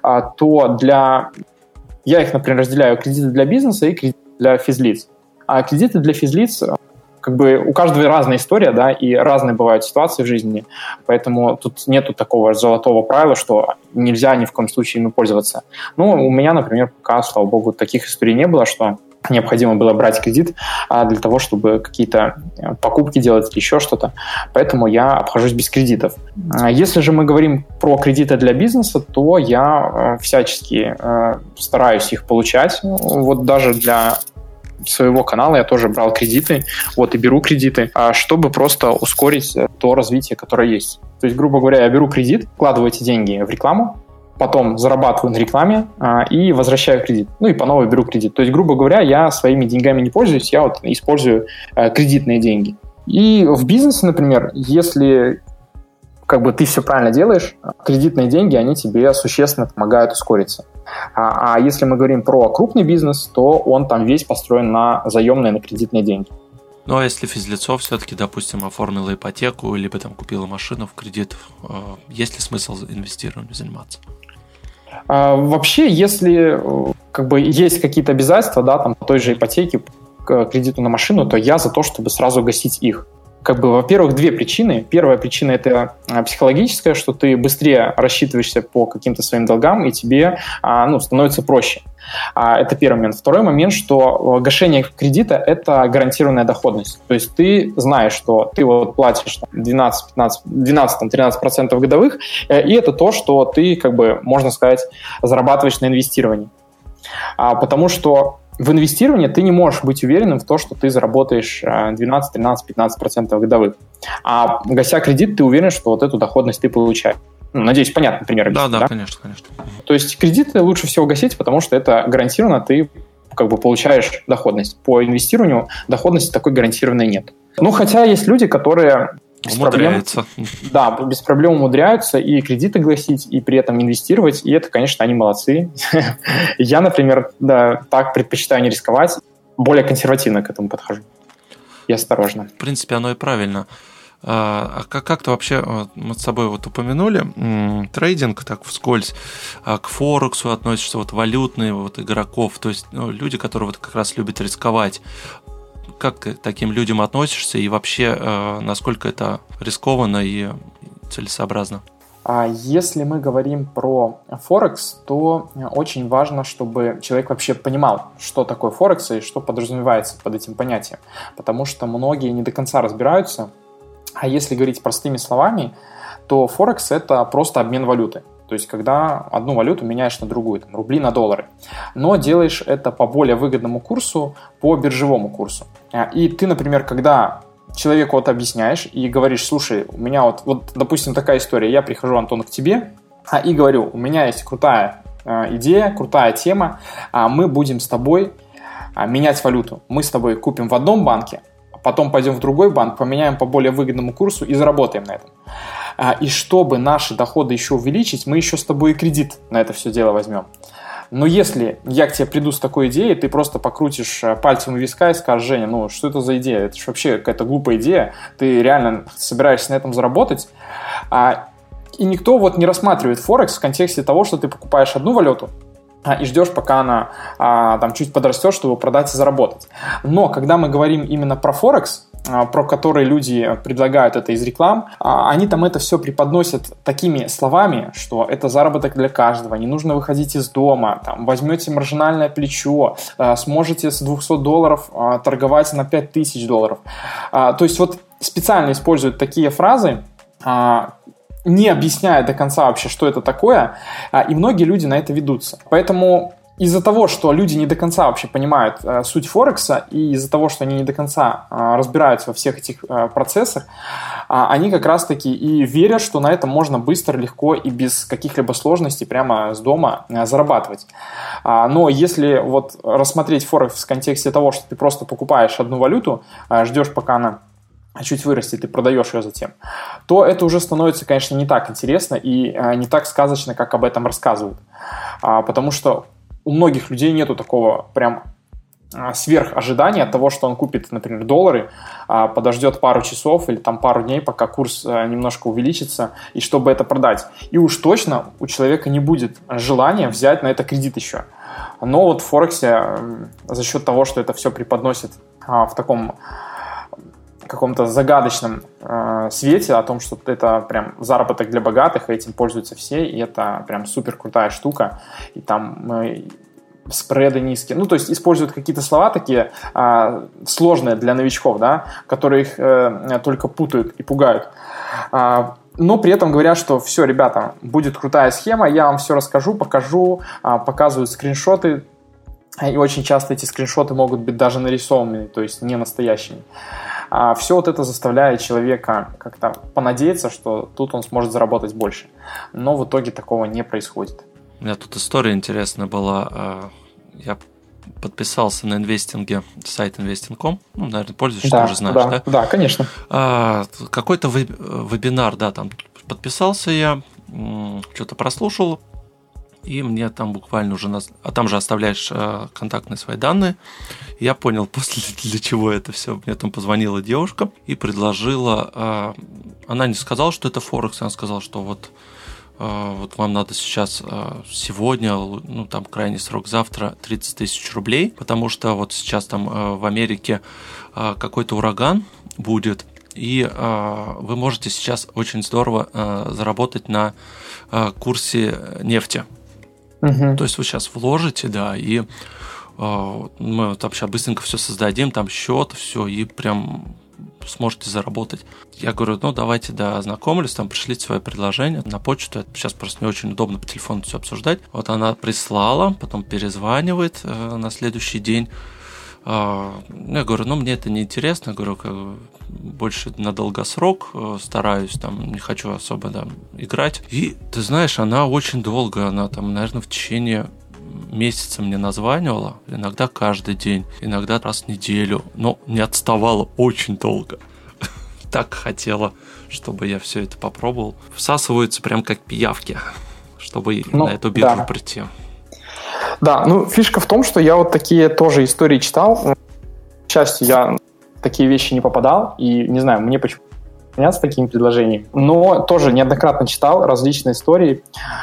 то для... Я их, например, разделяю кредиты для бизнеса и кредиты для физлиц. А кредиты для физлиц, как бы у каждого разная история, да, и разные бывают ситуации в жизни, поэтому тут нету такого золотого правила, что нельзя ни в коем случае ими пользоваться. Ну, у меня, например, пока, слава богу, таких историй не было, что необходимо было брать кредит для того, чтобы какие-то покупки делать или еще что-то. Поэтому я обхожусь без кредитов. Если же мы говорим про кредиты для бизнеса, то я всячески стараюсь их получать. Вот даже для своего канала я тоже брал кредиты, вот и беру кредиты, чтобы просто ускорить то развитие, которое есть. То есть, грубо говоря, я беру кредит, вкладываю эти деньги в рекламу, потом зарабатываю на рекламе а, и возвращаю кредит. Ну и по новой беру кредит. То есть, грубо говоря, я своими деньгами не пользуюсь, я вот использую а, кредитные деньги. И в бизнесе, например, если как бы ты все правильно делаешь, кредитные деньги, они тебе существенно помогают ускориться. А, а если мы говорим про крупный бизнес, то он там весь построен на заемные, на кредитные деньги. Ну, а если физлицо все-таки, допустим, оформило ипотеку, либо там купило машину в кредит, есть ли смысл инвестированием заниматься? А, вообще, если как бы есть какие-то обязательства, да, там, по той же ипотеке, к кредиту на машину, то я за то, чтобы сразу гасить их. Как бы, во-первых, две причины. Первая причина – это психологическая, что ты быстрее рассчитываешься по каким-то своим долгам, и тебе ну, становится проще. Это первый момент. Второй момент, что гашение кредита – это гарантированная доходность. То есть ты знаешь, что ты вот платишь двенадцать-тринадцать процентов годовых, и это то, что ты, как бы, можно сказать, зарабатываешь на инвестировании. Потому что в инвестировании ты не можешь быть уверенным в том, что ты заработаешь двенадцать, тринадцать, пятнадцать процентов годовых. А гася кредит, ты уверен, что вот эту доходность ты получаешь. Ну, надеюсь, понятно пример. Да, да, да, конечно, конечно. То есть кредиты лучше всего гасить, потому что это гарантированно ты как бы получаешь доходность. По инвестированию доходности такой гарантированной нет. Ну, хотя есть люди, которые без проблем, да, без проблем умудряются и кредиты гасить, и при этом инвестировать, и это, конечно, они молодцы. Я, например, да, так предпочитаю не рисковать, более консервативно к этому подхожу. И осторожно. В принципе, оно и правильно. А как, как-то вообще, мы с тобой вот упомянули, м, трейдинг так вскользь, а к Форексу относятся вот валютные вот игроков, то есть ну, люди, которые вот как раз любят рисковать. Как ты к таким людям относишься и вообще э, насколько это рискованно и целесообразно? Если мы говорим про Форекс, то очень важно, чтобы человек вообще понимал, что такое Форекс и что подразумевается под этим понятием. Потому что многие не до конца разбираются. А если говорить простыми словами, то Форекс – это просто обмен валюты. То есть, когда одну валюту меняешь на другую, там, рубли на доллары. Но делаешь это по более выгодному курсу, по биржевому курсу. И ты, например, когда человеку вот объясняешь и говоришь, слушай, у меня вот, вот допустим, такая история, я прихожу, Антон, к тебе и говорю, у меня есть крутая идея, крутая тема, мы будем с тобой менять валюту. Мы с тобой купим в одном банке, потом пойдем в другой банк, поменяем по более выгодному курсу и заработаем на этом. И чтобы наши доходы еще увеличить, мы еще с тобой и кредит на это все дело возьмем. Но если я к тебе приду с такой идеей, ты просто покрутишь пальцем у виска и скажешь, Женя, ну что это за идея? Это же вообще какая-то глупая идея. Ты реально собираешься на этом заработать. И никто вот не рассматривает Форекс в контексте того, что ты покупаешь одну валюту и ждешь, пока она а, там чуть подрастет, чтобы продать и заработать. Но когда мы говорим именно про Форекс, а, про который люди предлагают это из реклам, а, они там это все преподносят такими словами, что это заработок для каждого, не нужно выходить из дома, там, возьмете маржинальное плечо, а, сможете с двухсот долларов а, торговать на пять тысяч долларов. А, то есть вот специально используют такие фразы, а, не объясняя до конца вообще, что это такое, и многие люди на это ведутся. Поэтому из-за того, что люди не до конца вообще понимают суть Форекса, и из-за того, что они не до конца разбираются во всех этих процессах, они как раз-таки и верят, что на этом можно быстро, легко и без каких-либо сложностей прямо с дома зарабатывать. Но если вот рассмотреть Форекс в контексте того, что ты просто покупаешь одну валюту, ждешь, пока она чуть вырастет и продаешь ее затем, то это уже становится, конечно, не так интересно и не так сказочно, как об этом рассказывают. Потому что у многих людей нету такого прям сверхожидания от того, что он купит, например, доллары, подождет пару часов или там пару дней, пока курс немножко увеличится, и чтобы это продать. И уж точно у человека не будет желания взять на это кредит еще. Но вот в Форексе за счет того, что это все преподносит в таком каком-то загадочном э, свете о том, что это прям заработок для богатых, и этим пользуются все, и это прям супер крутая штука. И там э, спреды низкие. Ну, то есть используют какие-то слова такие а, сложные для новичков, да, которые их а, только путают и пугают. А, но при этом говорят, что все, ребята, будет крутая схема, я вам все расскажу, покажу, а, показывают скриншоты. И очень часто эти скриншоты могут быть даже нарисованными, то есть не настоящими. А все вот это заставляет человека как-то понадеяться, что тут он сможет заработать больше. Но в итоге такого не происходит. У меня тут история интересная была. Я подписался на инвестинге, сайт инвестинг точка ком. Ну, наверное, пользуешься, да, ты уже знаешь, да? Да, да, конечно. А, какой-то вебинар, да, там подписался я, что-то прослушал. И мне там буквально уже... Нас... А там же оставляешь э, контактные свои данные. Я понял, после для чего это все. Мне там позвонила девушка и предложила... Э, она не сказала, что это Форекс. Она сказала, что вот, э, вот вам надо сейчас э, сегодня, ну там крайний срок завтра, тридцать тысяч рублей. Потому что вот сейчас там э, в Америке э, какой-то ураган будет. И э, вы можете сейчас очень здорово э, заработать на э, курсе нефти. Угу. То есть вы сейчас вложите, да, и э, мы вот вообще быстренько все создадим, там счет, все, и прям сможете заработать. Я говорю, ну давайте, да, ознакомились, там пришлите свое предложение на почту. Сейчас просто не очень удобно по телефону все обсуждать. Вот она прислала, потом перезванивает э, на следующий день. Э, я говорю, ну мне это не интересно, я говорю, как, больше на долгосрок э, стараюсь, там не хочу особо да, играть. И ты знаешь, она очень долго, она там, наверное, в течение месяца мне названивала, иногда каждый день, иногда раз в неделю, но не отставала очень долго. Так хотела, чтобы я все это попробовал. Всасываются прям как пиявки, чтобы ну, на эту биржу да. прийти. Да, ну фишка в том, что я вот такие тоже истории читал. К счастью, я такие вещи не попадал, и не знаю, мне почему заняться такими предложениями. Но тоже неоднократно читал различные истории,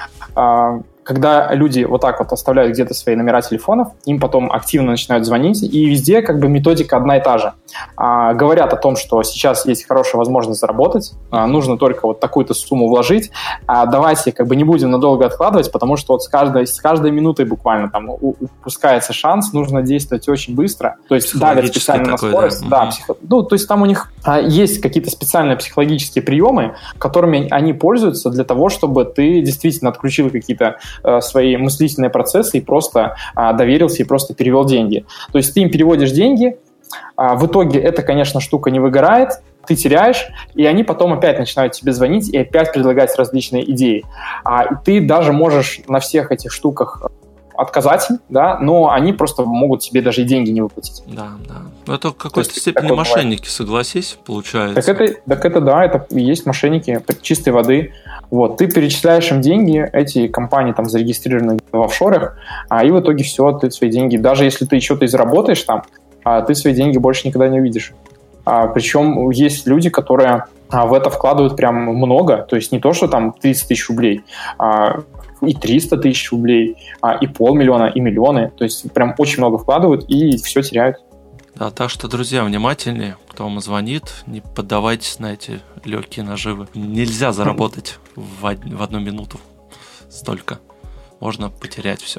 когда люди вот так вот оставляют где-то свои номера телефонов, им потом активно начинают звонить, и везде как бы методика одна и та же. А, говорят о том, что сейчас есть хорошая возможность заработать, а, нужно только вот такую-то сумму вложить, а давайте как бы не будем надолго откладывать, потому что вот с каждой, с каждой минутой буквально там упускается шанс, нужно действовать очень быстро, то есть давят специально на скорость. Да, да, психо... ну, то есть там у них а, есть какие-то специальные психологические приемы, которыми они пользуются для того, чтобы ты действительно отключил какие-то свои мыслительные процессы и просто а, доверился и просто перевел деньги. То есть ты им переводишь деньги, а, в итоге эта, конечно, штука не выгорает, ты теряешь, и они потом опять начинают тебе звонить и опять предлагать различные идеи. А, и ты даже можешь на всех этих штуках отказать им, да, но они просто могут тебе даже и деньги не выплатить. Да, да. Но это в какой-то степени мошенники, бывает. Согласись, получается. Так это, так это да, это и есть мошенники чистой воды. Вот, ты перечисляешь им деньги, эти компании там зарегистрированы в офшорах, а и в итоге все, ты свои деньги, даже если ты что-то и заработаешь там, а, ты свои деньги больше никогда не увидишь. А, причем есть люди, которые а, в это вкладывают прям много, то есть не то, что там тридцать тысяч рублей, а и триста тысяч рублей, а, и полмиллиона, и миллионы, то есть прям очень много вкладывают и все теряют. Да, так что, друзья, внимательнее, кто вам звонит, не поддавайтесь на эти легкие наживы. Нельзя заработать в, од- в одну минуту столько. Можно потерять все.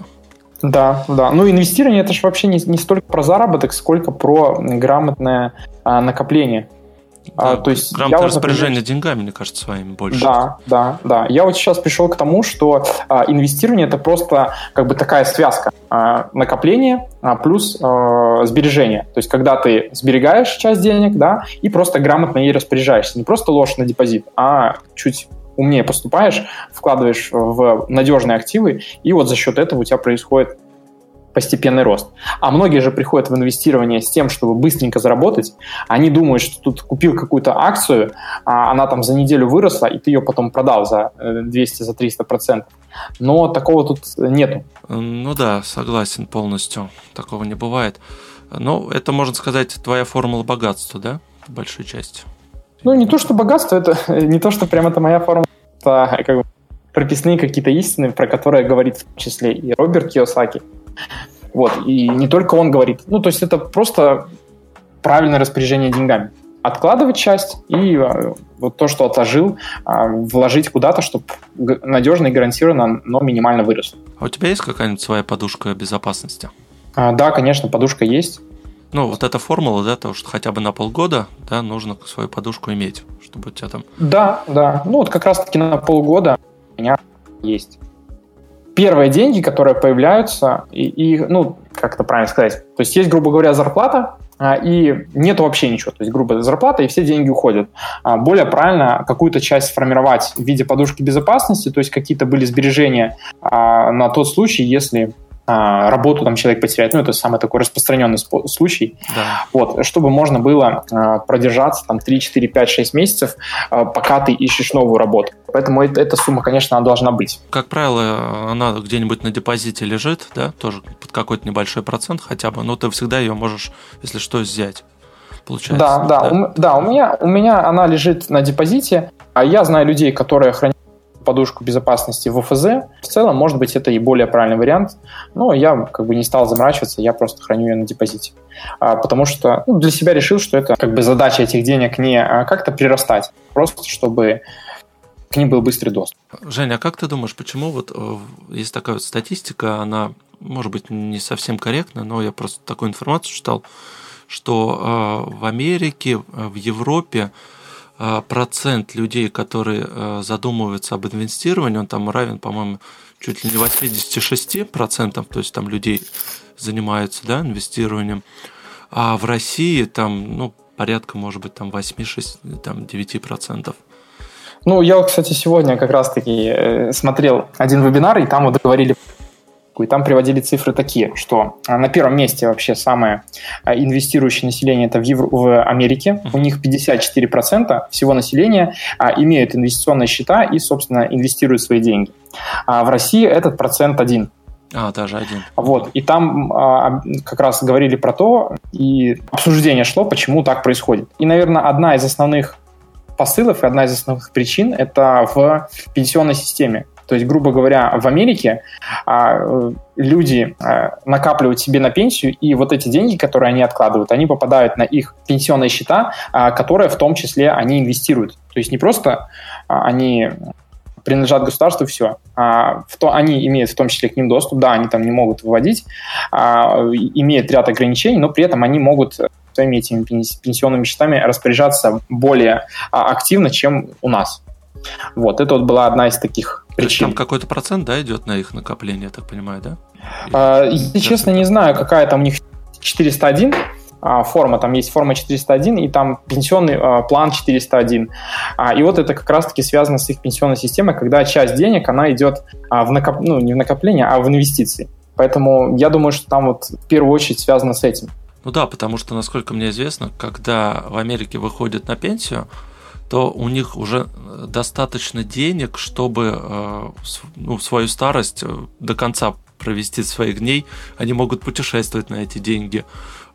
Да, да. Ну, инвестирование это же вообще не, не столько про заработок, сколько про грамотное а, накопление. Да, а, то есть грамотное я распоряжение вот, например, деньгами, мне кажется, своими больше. Да, да, да. Я вот сейчас пришел к тому, что а, инвестирование это просто как бы такая связка. А, накопление а, плюс а, сбережение. То есть когда ты сберегаешь часть денег, да, и просто грамотно ей распоряжаешься. Не просто ложь на депозит, а чуть умнее поступаешь, вкладываешь в надежные активы, и вот за счет этого у тебя происходит постепенный рост. А многие же приходят в инвестирование с тем, чтобы быстренько заработать. Они думают, что тут купил какую-то акцию, а она там за неделю выросла, и ты ее потом продал за двести, за триста процентов. Но такого тут нету. Ну да, согласен полностью. Такого не бывает. Но это, можно сказать, твоя формула богатства, да? В большой части. Ну, не то, что богатство, это не то, что прям это моя формула, это как бы прописные какие-то истины, про которые говорит в том числе и Роберт Кийосаки. Вот, и не только он говорит. Ну, то есть это просто правильное распоряжение деньгами. откладывать часть и вот то, что отложил, вложить куда-то, чтобы надежно и гарантированно, но минимально выросло. А у тебя есть какая-нибудь своя подушка безопасности? Да, конечно, подушка есть. Ну, вот эта формула, да, то, что хотя бы на полгода, да, нужно свою подушку иметь, чтобы у тебя там... Да, да. Ну, вот как раз-таки на полгода у меня есть. Первые деньги, которые появляются, и, и ну, как это правильно сказать, то есть есть, грубо говоря, зарплата, и нет вообще ничего, то есть грубо зарплата, и все деньги уходят. Более правильно какую-то часть сформировать в виде подушки безопасности, то есть какие-то были сбережения на тот случай, если работу там человек потеряет, ну, это самый такой распространенный случай, да. Вот, чтобы можно было а, продержаться там три, четыре, пять, шесть месяцев, а, пока ты ищешь новую работу. Поэтому это, эта сумма, конечно, она должна быть. Как правило, она где-нибудь на депозите лежит, да, тоже под какой-то небольшой процент хотя бы, но ты всегда ее можешь, если что, взять. Получается. Да, да, да. У, да у, меня, у меня она лежит на депозите, а я знаю людей, которые хранят подушку безопасности в ОФЗ. В целом, может быть, это и более правильный вариант, но я как бы не стал заморачиваться, я просто храню ее на депозите. А, потому что ну, для себя решил, что это как бы задача этих денег не а, как-то прирастать, просто чтобы к ним был быстрый доступ. Женя, а как ты думаешь, почему вот есть такая вот статистика, она, может быть, не совсем корректна, но я просто такую информацию читал, что э, в Америке, в Европе процент людей, которые задумываются об инвестировании, он там равен, по-моему, чуть ли не восемьдесят шесть процентов, то есть там людей занимаются, да, инвестированием, а в России там, ну, порядка, может быть, там восемь-девять процентов. Ну, я, кстати, сегодня как раз-таки смотрел один вебинар, и там вот говорили, и там приводили цифры такие, что на первом месте вообще самое инвестирующее население это в, Евро... в Америке. У них пятьдесят четыре процента всего населения а, имеют инвестиционные счета и, собственно, инвестируют свои деньги. А в России этот процент один. А, даже один. Вот. И там а, как раз говорили про то, и обсуждение шло, почему так происходит. И, наверное, одна из основных посылов и одна из основных причин это в пенсионной системе. То есть, грубо говоря, в Америке а, люди а, накапливают себе на пенсию, и вот эти деньги, которые они откладывают, они попадают на их пенсионные счета, а, которые в том числе они инвестируют. То есть не просто а, они принадлежат государству, все. А, в то, они имеют в том числе к ним доступ, да, они там не могут выводить, а, имеют ряд ограничений, но при этом они могут своими этими пенсионными счетами распоряжаться более а, активно, чем у нас. Вот, это вот была одна из таких причин. Там какой-то процент, да, идет на их накопление, я так понимаю, да? А, если честно, не знаю, какая там у них четыреста один а, форма, там есть форма четыреста один, и там пенсионный а, план четыреста один. А, и вот это как раз-таки связано с их пенсионной системой, когда часть денег, она идет а, в накоп... ну, не в накопление, а в инвестиции. Поэтому я думаю, что там вот в первую очередь связано с этим. Ну да, потому что, насколько мне известно, когда в Америке выходят на пенсию, то у них уже достаточно денег, чтобы ну, свою старость до конца провести своих дней. Они могут путешествовать на эти деньги,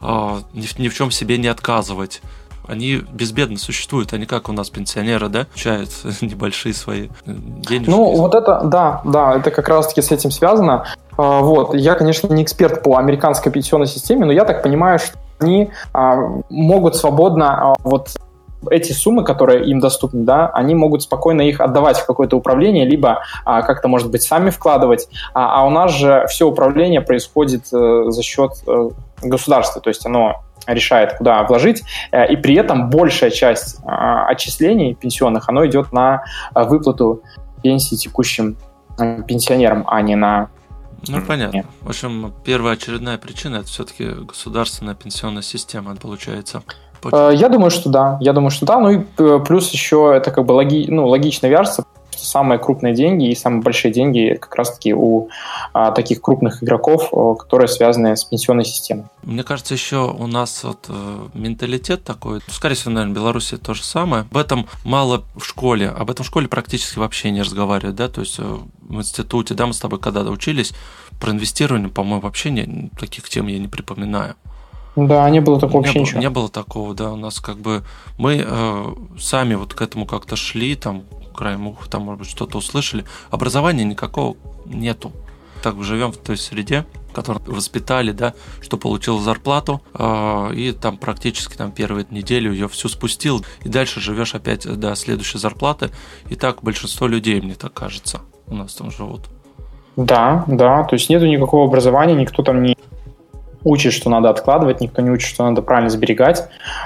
ни в чем себе не отказывать. Они безбедно существуют, они как у нас пенсионеры, да, получают небольшие свои денежки. Ну, вот это, да, да, это как раз-таки с этим связано. Вот, я, конечно, не эксперт по американской пенсионной системе, но я так понимаю, что они могут свободно вот эти суммы, которые им доступны, да, они могут спокойно их отдавать в какое-то управление, либо а, как-то, может быть, сами вкладывать. А, а у нас же все управление происходит э, за счет э, государства, то есть оно решает, куда вложить, э, и при этом большая часть э, отчислений пенсионных, оно идет на э, выплату пенсии текущим э, пенсионерам, а не на... Ну, понятно. Нет. В общем, первая очередная причина – это все-таки государственная пенсионная система, получается. Я думаю, что да. Я думаю, что да. Ну и плюс еще это как бы логи, ну, логично вяжется, что самые крупные деньги и самые большие деньги как раз-таки у а, таких крупных игроков, которые связаны с пенсионной системой. Мне кажется, еще у нас вот, э, менталитет такой, скорее всего, наверное, в Беларуси то же самое. Об этом мало в школе, об этом в школе практически вообще не разговаривают, да, то есть э, в институте, да, мы с тобой когда-то учились, про инвестирование, по-моему, вообще не, таких тем я не припоминаю. Да, не было такого не вообще было, ничего. Не было такого, да, у нас как бы мы э, сами вот к этому как-то шли, там, краем уха, там, может быть, что-то услышали. Образования никакого нету. Так живем в той среде, в которого воспитали, да, что получил зарплату, э, и там практически там первую неделю ее всю спустил, и дальше живешь опять до следующей зарплаты. И так большинство людей, мне так кажется, у нас там живут. Да, да, то есть нету никакого образования, никто там не учит, что надо откладывать, никто не учит, что надо правильно сберегать.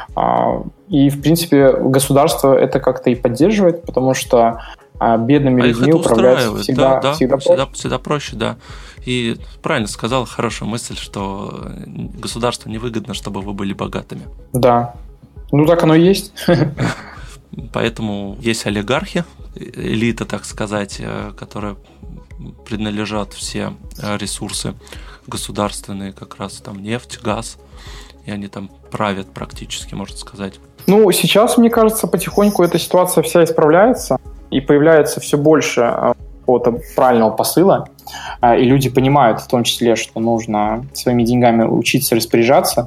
И, в принципе, государство это как-то и поддерживает, потому что бедными а людьми управлять всегда, да, да, всегда, всегда, проще. всегда проще, да. И правильно сказал, хорошая мысль, что государству невыгодно, чтобы вы были богатыми. Да, ну так оно и есть. Поэтому есть олигархи, элита, так сказать, которая принадлежат все ресурсы государственные, как раз там нефть, газ, и они там правят практически, можно сказать. Ну, сейчас, мне кажется, потихоньку эта ситуация вся исправляется, и появляется все больше какого-то правильного посыла, и люди понимают в том числе, что нужно своими деньгами учиться распоряжаться,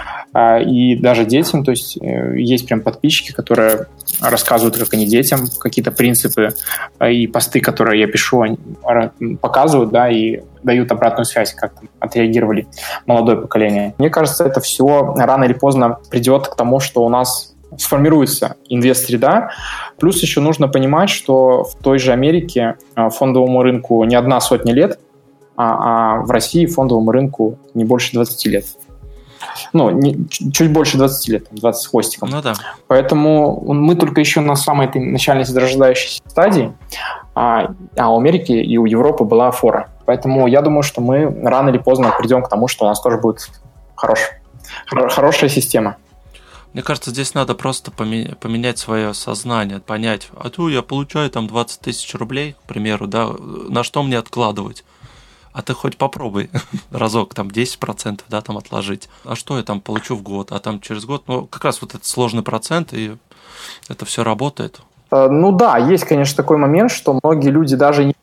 и даже детям, то есть есть прям подписчики, которые рассказывают, как они детям какие-то принципы и посты, которые я пишу, показывают, да, и дают обратную связь, как там отреагировали молодое поколение. Мне кажется, это все рано или поздно придет к тому, что у нас сформируется инвест-среда. Плюс еще нужно понимать, что в той же Америке фондовому рынку не одна сотня лет, а, а в России фондовому рынку не больше двадцати лет. Ну, не, чуть больше двадцати лет, двадцать с хвостиком. Ну да. Поэтому мы только еще на самой этой начальной зарождающейся стадии, а, а у Америки и у Европы была фора. Поэтому я думаю, что мы рано или поздно придем к тому, что у нас тоже будет хорош, хорошая система. Мне кажется, здесь надо просто поменять свое сознание, понять, а то я получаю там двадцать тысяч рублей, к примеру, да, на что мне откладывать? А ты хоть попробуй разок там десять процентов, да, там отложить. А что я там получу в год? А там через год, ну, как раз вот этот сложный процент, и это все работает. Ну да, есть, конечно, такой момент, что многие люди даже не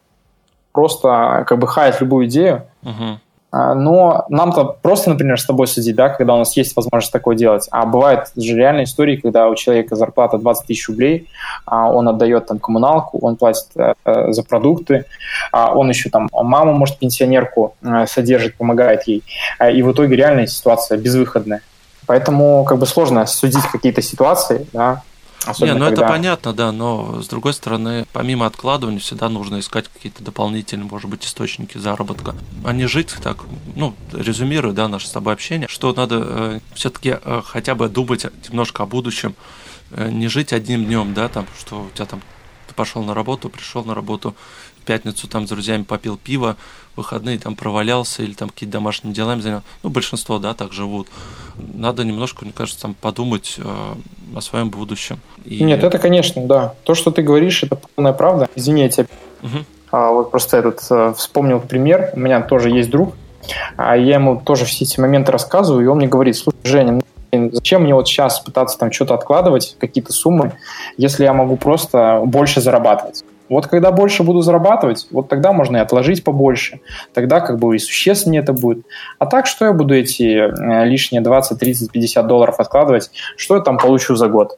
просто как бы хаят любую идею, угу. Но нам-то просто, например, с тобой сидеть, да, когда у нас есть возможность такое делать. А бывают же реальные истории, когда у человека зарплата двадцать тысяч рублей, он отдает там коммуналку, он платит э, за продукты, он еще там маму, может, пенсионерку э, содержит, помогает ей. И в итоге реальная ситуация безвыходная. Поэтому как бы сложно судить какие-то ситуации, да. Не, ну когда... это понятно, да, но с другой стороны, помимо откладывания, всегда нужно искать какие-то дополнительные, может быть, источники заработка. А не жить так, ну, резюмируя, да, наше с тобой общение, что надо э, все-таки э, хотя бы думать немножко о будущем, э, не жить одним днем, да, там, что у тебя там, ты пошел на работу, пришел на работу, в пятницу там с друзьями попил пиво, в выходные там провалялся или там какие-то домашними делами занял. Ну, большинство, да, так живут. Надо немножко, мне кажется, там подумать э, о своем будущем. И... Нет, это, конечно, да. То, что ты говоришь, это полная правда. Извини, я тебя... Угу. А, вот просто этот а, вспомнил пример. У меня тоже есть друг, а я ему тоже все эти моменты рассказываю, и он мне говорит: слушай, Женя, ну, зачем мне вот сейчас пытаться там что-то откладывать, какие-то суммы, если я могу просто больше зарабатывать? Вот когда больше буду зарабатывать, вот тогда можно и отложить побольше. Тогда как бы и существеннее это будет. А так, что я буду эти э, лишние двадцать, тридцать, пятьдесят долларов откладывать? Что я там получу за год?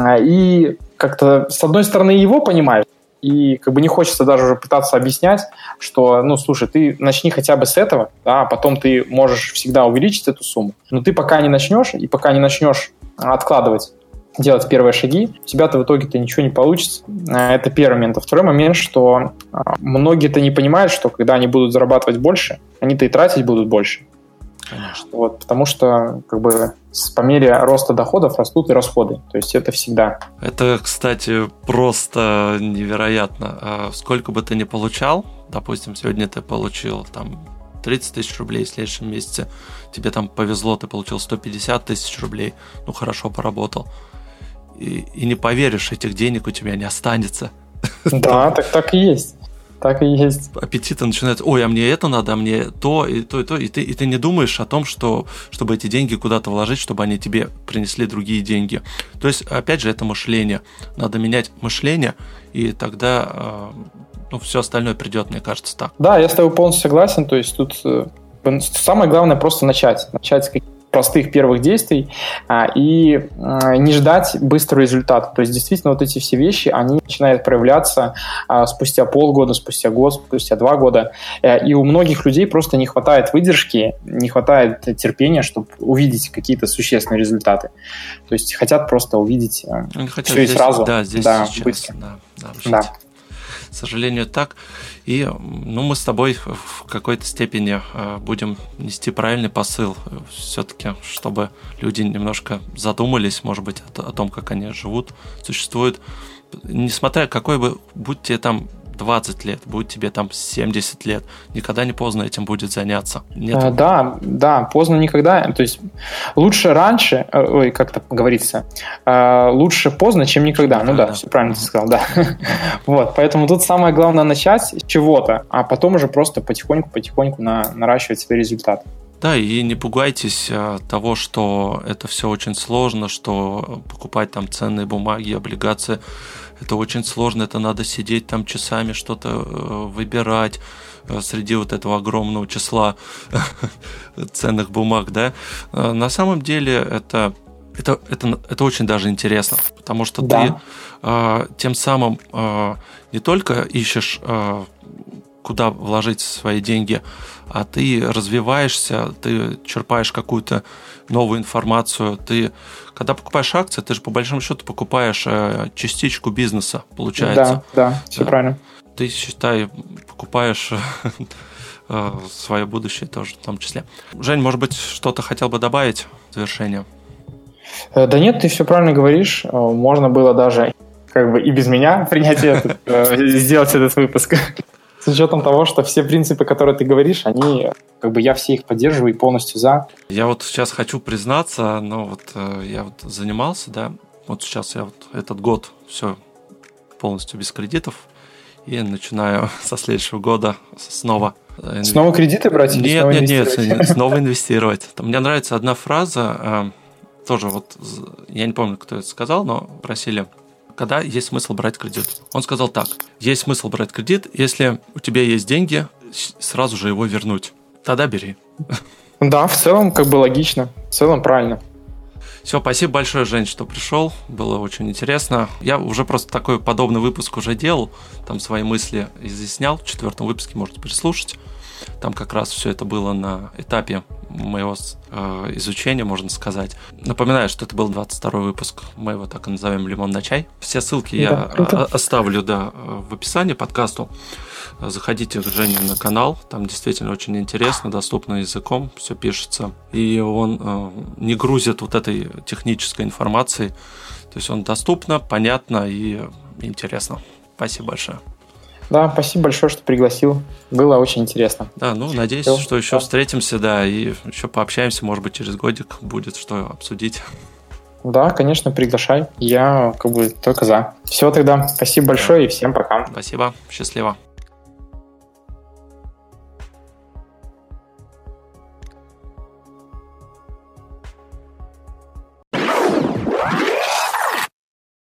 И как-то с одной стороны его понимаешь, и как бы не хочется даже уже пытаться объяснять, что, ну, слушай, ты начни хотя бы с этого, да, а потом ты можешь всегда увеличить эту сумму. Но ты пока не начнешь, и пока не начнешь откладывать, делать первые шаги, у тебя-то в итоге-то ничего не получится. Это первый момент. А второй момент, что многие-то не понимают, что когда они будут зарабатывать больше, они-то и тратить будут больше. Конечно. Вот, потому что как бы по мере роста доходов растут и расходы. То есть это всегда. Это, кстати, просто невероятно. Сколько бы ты ни получал, допустим, сегодня ты получил там тридцать тысяч рублей, в следующем месяце тебе там повезло, ты получил сто пятьдесят тысяч рублей, ну хорошо поработал. И, и не поверишь, этих денег у тебя не останется. Да, так, так и есть. Так и есть. Аппетиты начинаются: ой, а мне это надо, а мне то, и то, и то. И ты, и ты не думаешь о том, что, чтобы эти деньги куда-то вложить, чтобы они тебе принесли другие деньги. То есть, опять же, это мышление. Надо менять мышление, и тогда ну, все остальное придет, мне кажется, так. Да, я с тобой полностью согласен. То есть тут самое главное просто начать. Начать с каких-то простых первых действий а, и а, не ждать быстрого результата. То есть действительно вот эти все вещи, они начинают проявляться а, спустя полгода, спустя год, спустя два года. А, и у многих людей просто не хватает выдержки, не хватает терпения, чтобы увидеть какие-то существенные результаты. То есть хотят просто увидеть Они хотят все здесь, и сразу. Да, здесь да, сейчас. быстро. Да, да, да. К сожалению, так. И ну, мы с тобой в какой-то степени будем нести правильный посыл все-таки, чтобы люди немножко задумались, может быть, о том, как они живут, существуют. Несмотря какой бы, будь тебе там двадцать лет, будь тебе там семьдесят лет, никогда не поздно этим будет заняться. Нет? А, да, да, поздно никогда. То есть лучше раньше, ой, как это говорится, лучше поздно, чем никогда. Ну да, да. Все правильно ты сказал, да. Вот, поэтому тут самое главное начать с чего-то, а потом уже просто потихоньку-потихоньку на, наращивать свои результаты. Да, и не пугайтесь того, что это все очень сложно, что покупать там ценные бумаги, облигации, это очень сложно, это надо сидеть там часами, что-то выбирать среди вот этого огромного числа ценных бумаг, да. На самом деле это, это, это, это очень даже интересно, потому что да. ты тем самым не только ищешь, куда вложить свои деньги, а ты развиваешься, ты черпаешь какую-то новую информацию. Ты, когда покупаешь акции, ты же по большому счету покупаешь частичку бизнеса, получается. Да, да, все да. правильно. Ты, считай, покупаешь свое будущее тоже в том числе. Жень, может быть, что-то хотел бы добавить в завершение? Да нет, ты все правильно говоришь. Можно было даже как бы и без меня принять этот, сделать этот выпуск. С учетом того, что все принципы, которые ты говоришь, они, как бы я все их поддерживаю и полностью за. Я вот сейчас хочу признаться, но вот э, я вот занимался, да, вот сейчас я вот этот год все полностью без кредитов и начинаю со следующего года снова. Снова кредиты брать? Нет, снова нет, нет, нет, снова инвестировать. Мне нравится одна фраза, э, тоже вот, я не помню, кто это сказал, но просили... Когда есть смысл брать кредит? Он сказал так. Есть смысл брать кредит, если у тебя есть деньги, сразу же его вернуть. Тогда бери. Да, в целом как бы логично. В целом правильно. Все, спасибо большое, Жень, что пришел. Было очень интересно. Я уже просто такой подобный выпуск уже делал. Там свои мысли изъяснял. В четвертом выпуске можете переслушать. Там как раз все это было на этапе моего э, изучения, можно сказать. Напоминаю, что это был двадцать второй выпуск, мы его так и назовем «Лимон на чай». Все ссылки да, я о- оставлю да, в описании подкасту. Заходите к Жене на канал, там действительно очень интересно, доступно языком, все пишется. И он э, не грузит вот этой технической информацией. То есть он доступно, понятно и интересно. Спасибо большое. Да, спасибо большое, что пригласил. Было очень интересно. Да, ну, надеюсь, Все, что еще да. встретимся, да, и еще пообщаемся, может быть, через годик будет что обсудить. Да, конечно, приглашай. Я как бы только за. Все тогда. Спасибо большое да. и всем пока. Спасибо. Счастливо. What?